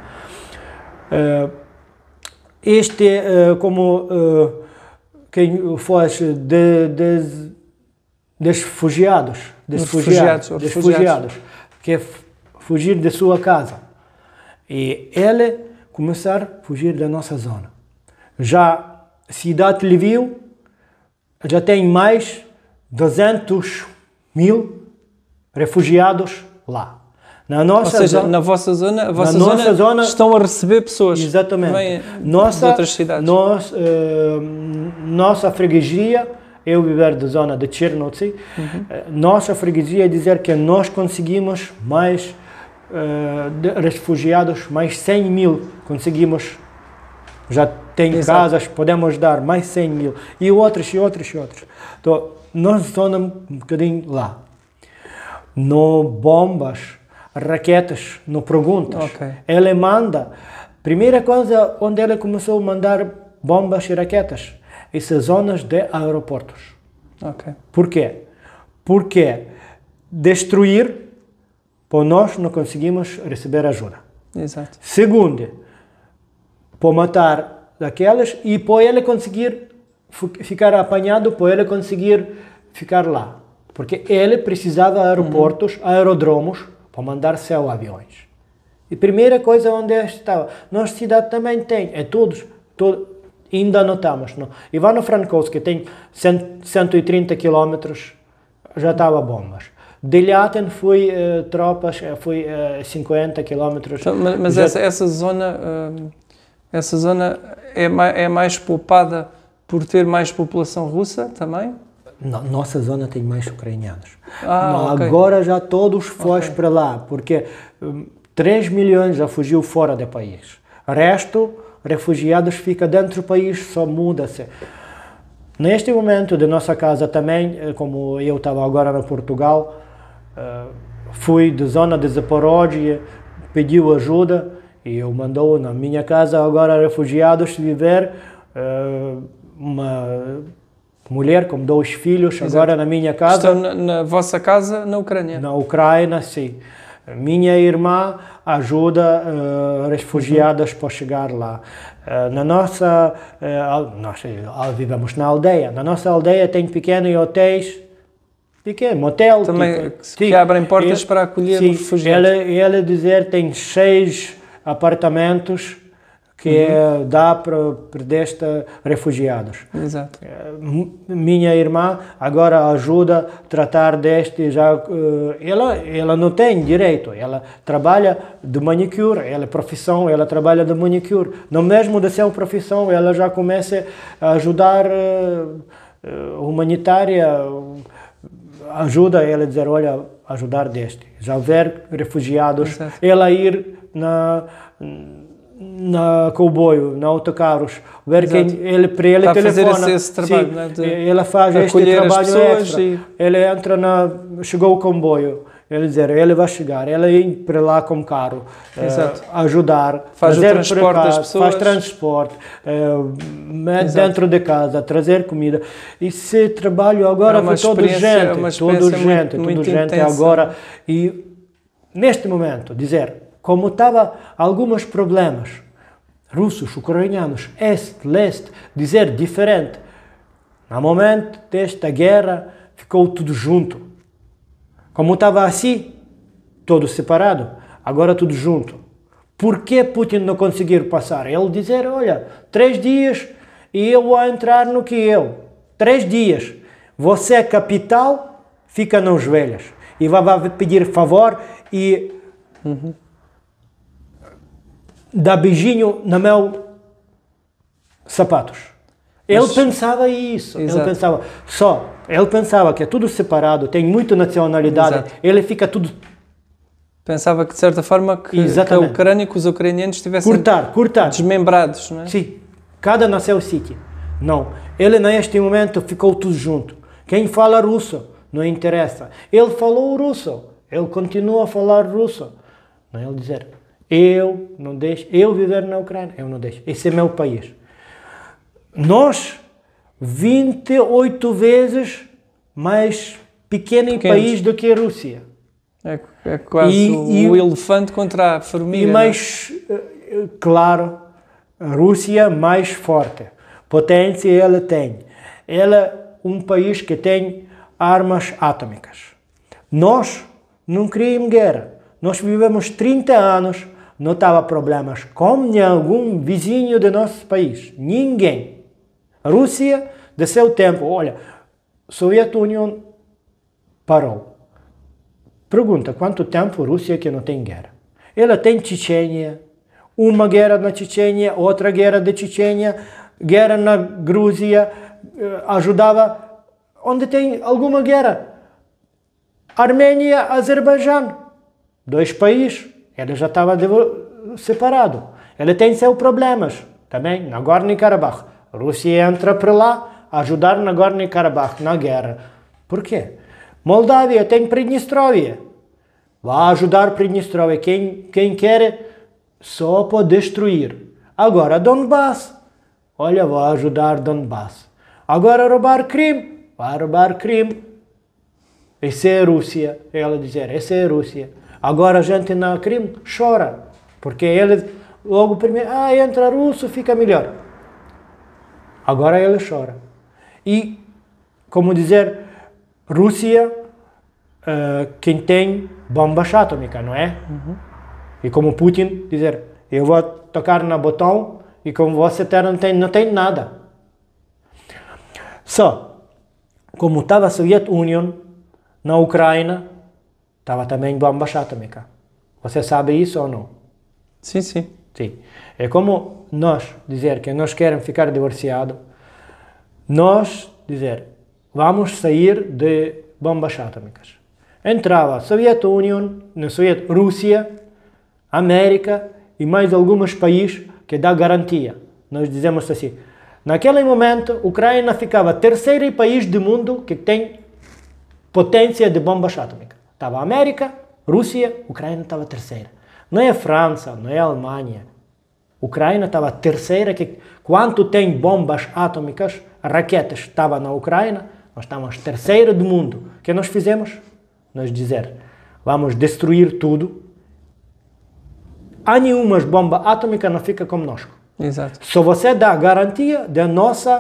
quem foge dos refugiados, que é fugir da sua casa. E ele começar a fugir da nossa zona. Já a cidade de Lviv já tem mais 200.000 refugiados lá. Ou seja, na vossa zona, zona estão a receber pessoas. Exatamente. De outras cidades. Nossa freguesia, eu viver da zona de Chernovtsi, nossa freguesia é dizer que nós conseguimos mais refugiados, mais 100.000 conseguimos. Já tem casas, podemos dar mais 100.000. E outros. Então, nós estamos um bocadinho lá. No bombas, raquetas, no perguntas. Ele manda, primeira coisa onde ele começou a mandar bombas e raquetas, essas zonas de aeroportos. Por quê? Porque destruir, por nós não conseguimos receber ajuda. Exato. Segundo, por matar daquelas e por ele conseguir ficar apanhado, por ele conseguir ficar lá. Porque ele precisava de aeroportos, aerodromos, para mandar céu aviões. E primeira coisa onde estava, nossa cidade também tem, todos, ainda notamos. Não? Ivano-Frankivsk tem 130 quilómetros, já estava bombas. Delyatin foi tropas, foi 50 quilómetros. Então, mas essa zona é mais poupada por ter mais população russa também? Não, nossa zona tem mais ucranianos. Agora já todos fogem para lá, porque 3 milhões já fugiu fora do país. O resto, refugiados, fica dentro do país, só muda-se. Neste momento de nossa casa também, como eu estava agora em Portugal, fui da zona de Zaporozhye, pediu ajuda e eu mandou na minha casa agora refugiados viver, uma mulher com 2 filhos. Exato. Agora na minha casa. Estão na vossa casa na Ucrânia? Na Ucrânia, sim. Minha irmã ajuda refugiadas para chegar lá. Nós vivemos na aldeia. Na nossa aldeia tem pequenos hotéis, motel. Também que abrem portas para acolher os refugiados. Ele dizer tem 6 apartamentos que dá para desta refugiados. Exato. Minha irmã agora ajuda a tratar deste, ela não tem direito, ela trabalha de manicure, ela é profissão, ela trabalha de manicure. No mesmo de ser profissão, ela já começa a ajudar humanitária, ajuda ela a dizer, olha, ajudar deste. Já ver refugiados, exato, ela ir na comboio, na autocarros, ver quem ele para ele está telefona, fazer esse trabalho, sim, né, ela faz este trabalho extra. Ele entra chegou o comboio, ele dizer, ele vai chegar, ele ir para lá com o carro, ajudar, faz o transporte das pessoas, faz transporte, mete dentro de casa, trazer comida. Esse trabalho agora foi toda gente agora, e neste momento dizer como estava alguns problemas, russos, ucranianos, este, leste, dizer diferente. No momento desta guerra, ficou tudo junto. Como estava assim, todo separado, agora tudo junto. Por que Putin não conseguiu passar? Ele dizer, olha, 3 dias e eu vou entrar no Kiev. 3 dias. Você, capital, fica nos joelhos. E vai pedir favor e... dá beijinho no meu sapatos. Ele pensava isso. Exato. Ele pensava que é tudo separado, tem muita nacionalidade. Exato. Ele fica tudo... Pensava que de certa forma que a Ucrânia, que os ucranianos estivessem cortar. Desmembrados, não é? Sim. Cada nasceu sítio. Não. Ele neste momento ficou tudo junto. Quem fala russo não interessa. Ele falou russo. Ele continua a falar russo. Não, ele dizer... eu não deixo, eu viver na Ucrânia, eu não deixo. Esse é meu país. Nós, 28 vezes mais pequeno país do que a Rússia. É quase o elefante contra a formiga. E mais, claro, a Rússia mais forte. Potência ela tem. ele é um país que tem armas atômicas. Nós não queríamos guerra. Nós vivemos 30 anos, não tava problemas com algum vizinho do nosso país. Ninguém. A Rússia, de seu tempo, olha, a Soviética União parou. Pergunta, quanto tempo a Rússia que não tem guerra? Ela tem Chechênia, uma guerra na Chechênia, outra guerra da Chechênia, guerra na Grúzia, ajudava onde tem alguma guerra. Arménia, Azerbaijão, 2 países, ela já estava separado. Ela tem seus problemas também, Nagorno-Karabakh. A Rússia entra para lá, ajudar Nagorno-Karabakh na guerra. Por quê? Moldávia tem Pridnestróvia. Vai ajudar Pridnestróvia. Quem quer só para destruir. Agora Donbass. Olha, vai ajudar Donbass. Agora roubar Crim. Vai roubar Crim. Essa é a Rússia. Ela dizer, essa é a Rússia. Agora a gente na Crim chora. Porque ele logo primeiro, entra russo, fica melhor. Agora ele chora. E, como dizer, Rússia, quem tem bombas atômicas, não é? Uhum. E como Putin dizer, eu vou tocar no botão e como você não tem nada. Só, como estava a Soviética União, na Ucrânia, estava também bombas atômicas. Você sabe isso ou não? Sim, sim. Sim. É como nós dizer que nós queremos ficar divorciados, nós dizer, vamos sair de bombas atômicas. Entrava a Soviética União, Rússia, América e mais alguns países que dá garantia. Nós dizemos assim, naquele momento, a Ucrânia ficava terceiro país do mundo que tem potência de bombas atômicas. Estava a América, Rússia, a Ucrânia estava terceira. Não é a França, não é a Alemanha. A Ucrânia estava terceira, que quanto tem bombas atômicas, raquetas estava na Ucrânia, nós estávamos terceiro do mundo. O que nós fizemos? Nós dizer, vamos destruir tudo. Há nenhuma bomba atômica não fica conosco. Exato. Só você dá garantia de nosso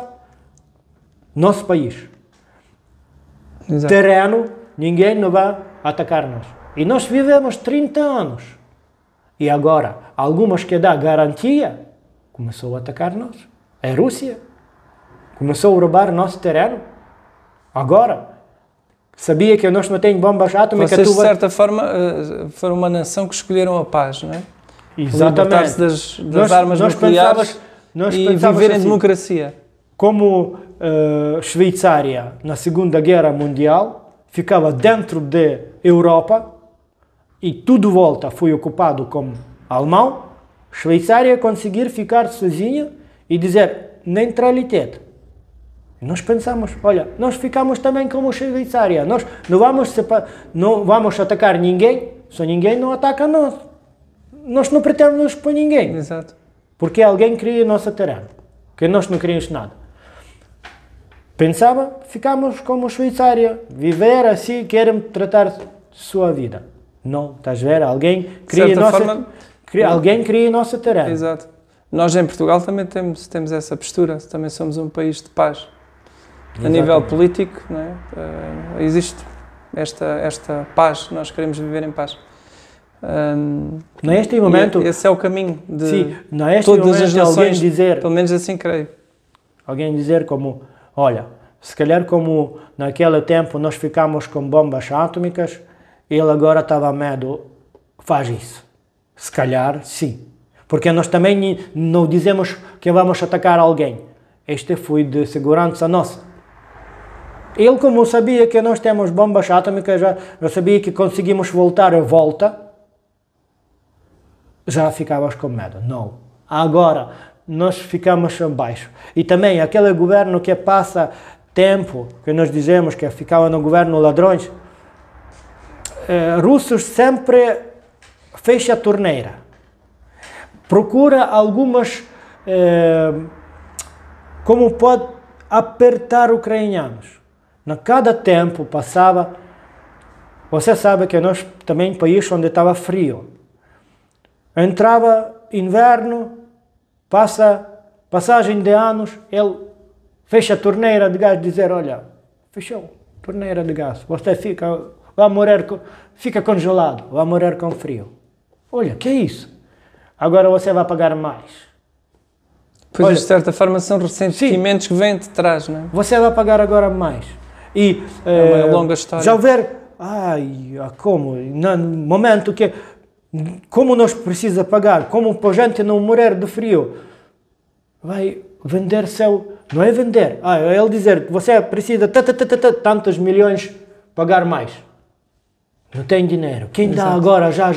país. Exato. Terreno, ninguém não vai atacar nós. E nós vivemos 30 anos. E agora, algumas que dá garantia, começou a atacar nós. A Rússia começou a roubar nosso terreno. Agora, sabia que nós não temos bombas atômicas. Vocês, de certa forma, foram uma nação que escolheram a paz, não é? Exatamente. Libertar-se das armas nucleares e viver em democracia. Como Shveiçária, na Segunda Guerra Mundial, ficava dentro da Europa e tudo volta foi ocupado como alemão, Shveiçária conseguir ficar sozinha e dizer neutralidade. Nós pensamos, olha, nós ficamos também como Shveiçária, nós não vamos atacar ninguém, só ninguém não ataca nós. Nós não pretendemos por ninguém. Exato. Porque alguém cria nosso terreno, que nós não queríamos nada. Pensava, ficamos como Shveiçária, viver assim, querem tratar sua vida. Não, estás a ver? Alguém cria nosso terreno. Exato. Nós em Portugal também temos essa postura, também somos um país de paz. Exatamente. A nível político, não é? Existe esta paz, nós queremos viver em paz. Neste momento, esse é o caminho de sim, todas as nações, dizer, pelo menos assim creio. Alguém dizer como, olha, se calhar como naquele tempo nós ficamos com bombas atômicas, ele agora estava a medo, faz isso. Se calhar, sim. Porque nós também não dizemos que vamos atacar alguém. Este foi de segurança nossa. Ele, como sabia que nós temos bombas atômicas, já sabia que conseguimos voltar a volta, já ficávamos com medo. Não. Agora, nós ficamos abaixo. E também aquele governo que passa tempo, que nós dizemos que ficava no governo ladrões, russos sempre fecha a torneira. Procura algumas, como pode apertar ucranianos. Na cada tempo passava, você sabe que nós também país onde estava frio. Entrava inverno, passagem de anos, ele fecha a torneira de gás, dizer, olha, fechou a torneira de gás, você vai morrer, fica congelado, vai morrer com frio. Olha, que é isso? Agora você vai pagar mais. Pois, olha, de certa forma, são ressentimentos que vêm de trás, não é? Você vai pagar agora mais. E, é uma longa história. Já houver, como? No momento que, como nós precisamos pagar, como para a gente não morrer de frio, vai vender seu, não é vender, é ele dizer que você precisa tantos milhões pagar mais. Não tem dinheiro. Quem dá agora, já.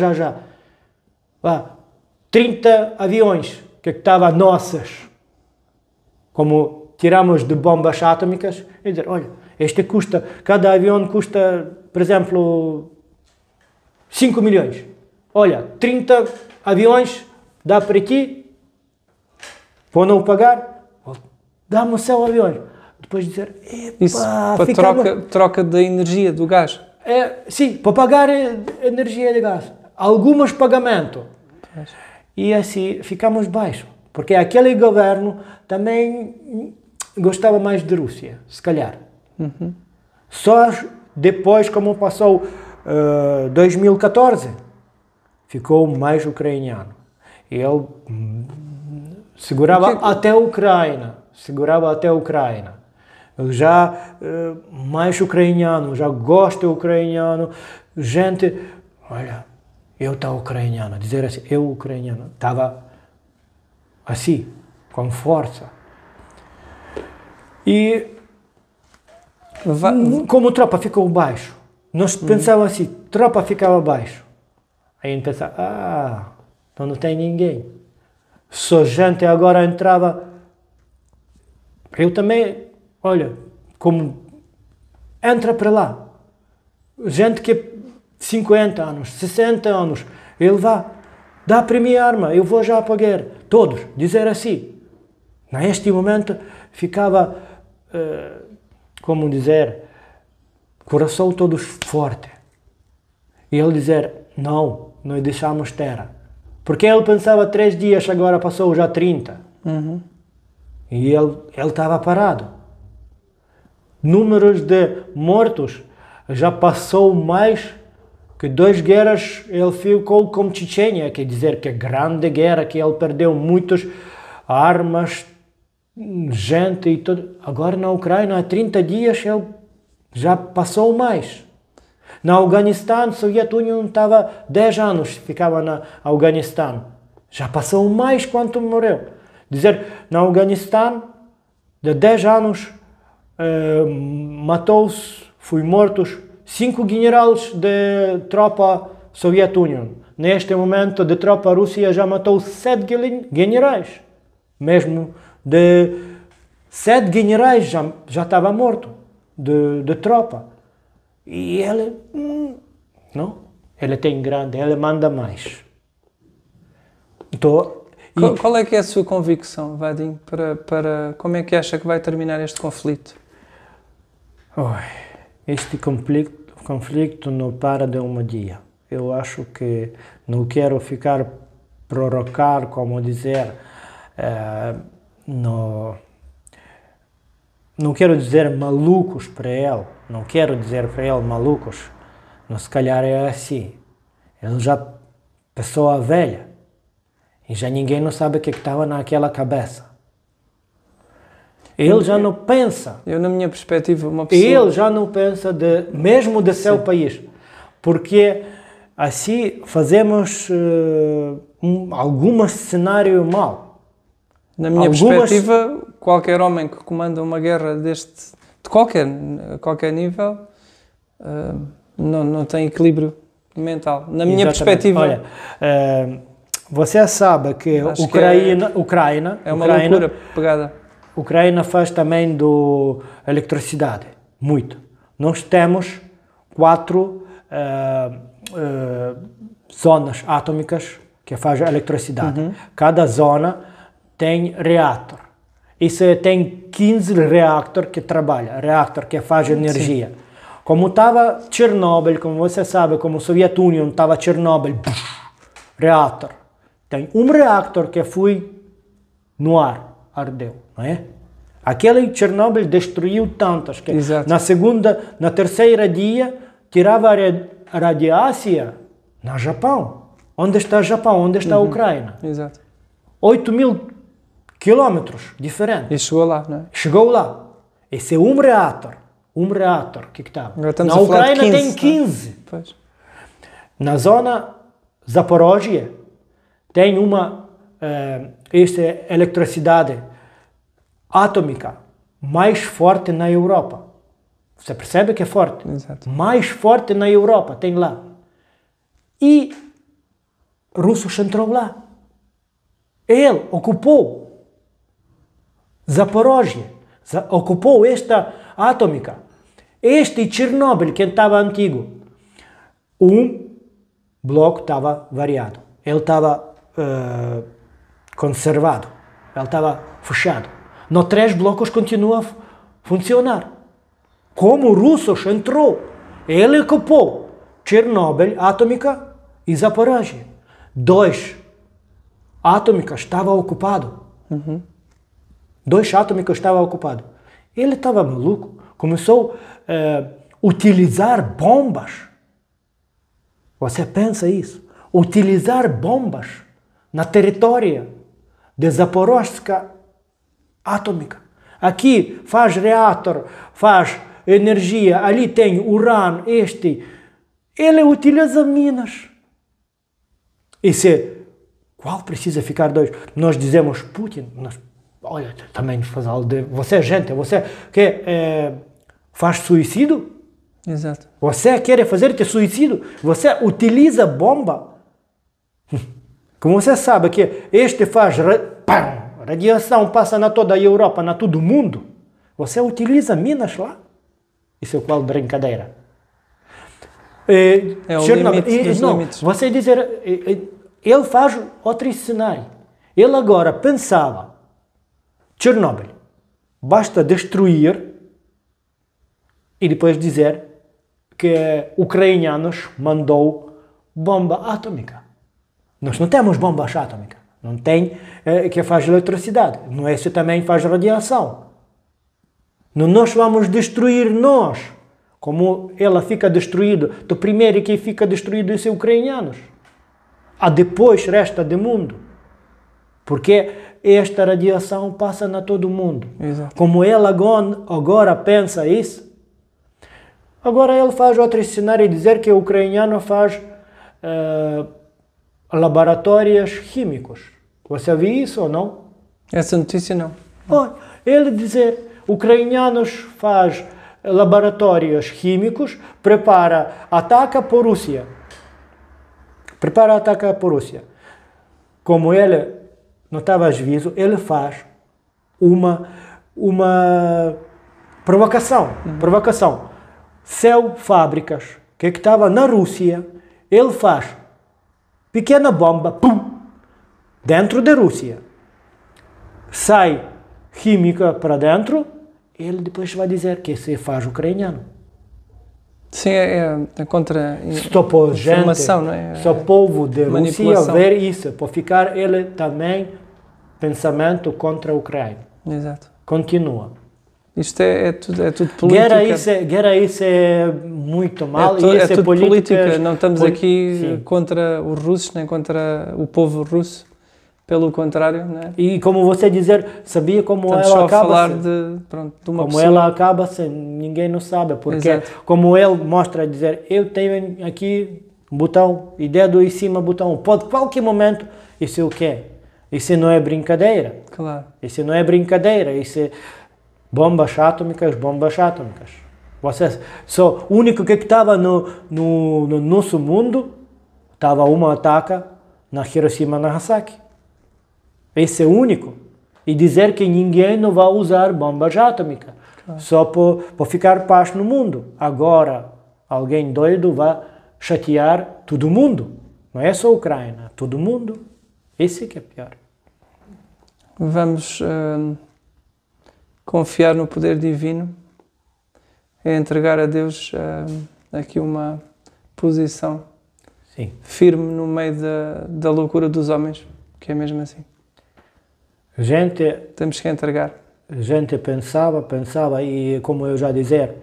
30 aviões que estavam nossas, como tiramos de bombas atômicas, e dizer, olha, cada avião custa, por exemplo, 5 milhões. Olha, 30 aviões dá para ti, para não pagar, dá-me o seu avião. Depois dizer, isso para troca da energia, do gás. Sim, para pagar a energia de gás. Alguns pagamentos. E assim ficamos baixo. Porque aquele governo também gostava mais de Rússia, se calhar. Só depois, como passou 2014, ficou mais ucraniano. E ele segurava até a Ucrânia. Ele já mais ucraniano, já gosta ucraniano. Gente, olha, eu estava ucraniano, dizer assim, eu ucraniano, estava assim, com força. E como a tropa ficou baixo, nós pensávamos assim, tropa ficava baixo. Aí a gente pensava, então não tem ninguém. Só gente agora entrava. Eu também, olha, como entra para lá. Gente que 50 anos, 60 anos, ele vai, dá para mim a arma, eu vou já pagar. Todos, dizer assim. Neste momento ficava, como dizer, coração todos forte. E ele dizer, não, nós deixamos terra. Porque ele pensava 3 dias, agora passou já 30. E ele estava parado. Números de mortos já passou mais que 2 guerras. Ele ficou como Chechênia, quer dizer que grande guerra, que ele perdeu muitas armas, gente e tudo. Agora na Ucrânia, há 30 dias, ele já passou mais. Na Afeganistão, a Soviética estava 10 anos, ficava na Afeganistão. Já passou mais quanto morreu. Dizer, na Afeganistão, de 10 anos, matou-se, foi mortos 5 generais de tropa soviética. Neste momento, de tropa russa já matou 7 generais. Mesmo de 7 generais já estava morto de tropa. E ele, não, ele tem grande, ele manda mais. Então, qual é que é a sua convicção, Vadim, para como é que acha que vai terminar este conflito? Este conflito não para de um dia. Eu acho que não quero ficar prorocar, como dizer, não quero dizer malucos para ele, não quero dizer para ele malucos, não, se calhar é assim. Ele já passou a velha e já ninguém não sabe o que estava naquela cabeça. Ele já não pensa. Eu, na minha perspectiva, uma pessoa... Ele já não pensa mesmo de seu país, porque assim fazemos alguns cenários mal. Na minha perspectiva, qualquer homem que comanda uma guerra de qualquer nível, não tem equilíbrio mental. Na minha perspectiva... Olha, você sabe que Ucrânia é uma loucura pegada. Ucrânia faz também eletricidade, muito. Nós temos 4 zonas atômicas que fazem eletricidade. Cada zona tem reator. Isso tem 15 reatores que trabalham, reator que faz energia. Sim. Como estava Chernobyl, como você sabe, como a Soviética estava Chernobyl, reator. Tem um reator que foi no ar, ardeu, não é? Aquele Chernobyl destruiu tantas que Exato. na terceira dia, tirava a radiação no Japão. Onde está o Japão? Onde está a Ucrânia? Exato. 8.000 quilómetros diferentes. E chegou lá, não é? Chegou lá. Esse é um reator. Que estava. Na Ucrânia 15, tem 15. Pois. Na zona Zaporozhye tem esta eletricidade atômica mais forte na Europa. Você percebe que é forte? Exato. Mais forte na Europa, tem lá. E russos entrou lá. Ele ocupou Zaporozhye, ocupou esta atômica. Este Chernobyl, que estava antigo, um bloco estava variado. Ele estava conservado. Ele estava fechado. No 3 blocos continua a funcionar. Como os russos entrou, ele ocupou Chernobyl, atômica e Zaporozhye. 2 atômicas estava ocupado. 2 atômicas estava ocupado. Ele estava maluco. Começou a utilizar bombas. Você pensa isso? Utilizar bombas na território de Zaporozhska atômica. Aqui faz reator, faz energia, ali tem urânio, ele utiliza minas. Qual precisa ficar 2? Nós dizemos Putin, olha, também faz algo de... Você, gente, você quer faz suicídio? Exato. Você quer fazer suicídio? Você utiliza bomba? Como você sabe que faz... Radiação passa na toda a Europa, na todo o mundo. Você utiliza minas lá? Isso é qual brincadeira? É o limite dos limites. Você dizer... Ele faz outro cenário. Ele agora pensava, Chernobyl, basta destruir e depois dizer que ucranianos mandou bomba atômica. Nós não temos bombas atômicas. Não tem que faz eletricidade. Não é esse também faz radiação. Não nós vamos destruir nós. Como ela fica destruída, o primeiro que fica destruído são os ucranianos. Depois resta do mundo. Porque esta radiação passa na todo o mundo. Exato. Como ele agora pensa isso, agora ele faz outro cenário e dizer que o ucraniano faz laboratórios químicos. Você viu isso ou não? Essa notícia não. Ele dizer, ucranianos faz laboratórios químicos, ataca por Rússia. Prepara ataque por Rússia. Como ele não estava aviso, ele faz uma provocação. Fábricas que estava na Rússia, ele faz pequena bomba, pum, dentro da Rússia. Sai química para dentro, ele depois vai dizer que se faz ucraniano. Sim, é contra informação, não é? Só o povo de Rússia ver isso, para ficar ele também pensamento contra a Ucrânia. Exato. Continua. Isto é tudo política. Guerra isso é muito mal. É tudo política. Não estamos aqui sim, contra os russos, nem contra o povo russo. Pelo contrário, não é? E como você dizer, sabia como estamos ela só acaba? Falar de uma como pessoa. Ela acaba, ninguém não sabe. Porque Exato. como ele mostra, dizer, eu tenho aqui um botão, e dedo em cima botão, pode qualquer momento, isso é o quê? Isso não é brincadeira. Claro. Isso não é brincadeira, isso é bombas atômicas. O único que estava no nosso mundo, estava uma ataque na Hiroshima e Nagasaki. Esse é o único. E dizer que ninguém não vai usar bombas atômicas. Claro. Só para ficar paz no mundo. Agora, alguém doido vai chatear todo mundo. Não é só a Ucrânia, todo mundo. Esse que é pior. Vamos confiar no poder divino e entregar a Deus aqui uma posição Sim. firme no meio da loucura dos homens, que é mesmo assim. Gente, temos que entregar. a gente pensava e, como eu já dizer,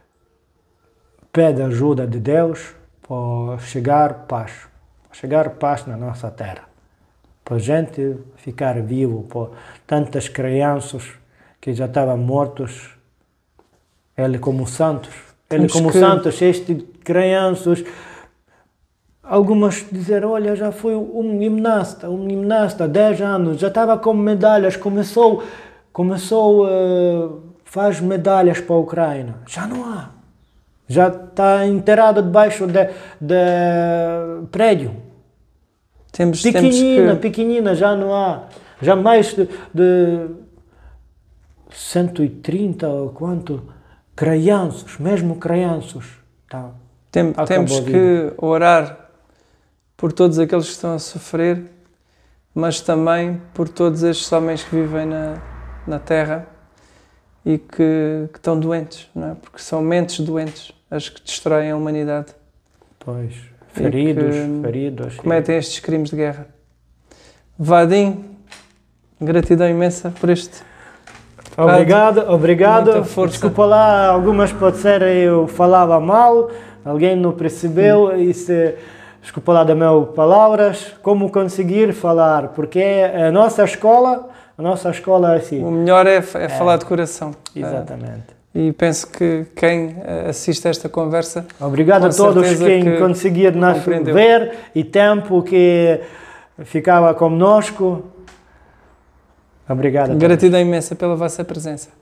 pede ajuda de Deus para chegar paz na nossa terra, para a gente ficar vivo, para tantas crianças que já estavam mortos, ele como santos, este crianças, algumas dizer, olha, já foi um gimnasta, 10 anos, já estava com medalhas, começou faz medalhas para a Ucrânia, já não há. Já está enterrado debaixo de prédio. Pequenina, já não há. Já mais de 130 ou quanto crianças, mesmo crianças. Tá, temos que orar por todos aqueles que estão a sofrer, mas também por todos estes homens que vivem na Terra e que estão doentes, não é? Porque são mentes doentes as que destroem a humanidade. Pois, feridos. Cometem estes crimes de guerra. Vadim, gratidão imensa por este. Obrigado. Desculpa lá, algumas pode ser eu falava mal, alguém não percebeu, desculpa lá das minhas palavras, como conseguir falar, porque a nossa escola é assim. O melhor é falar de coração. Exatamente. E penso que quem assiste a esta conversa... Obrigado a todos quem conseguiram nos ver e tempo que ficava conosco. Obrigado a todos. Gratidão imensa pela vossa presença.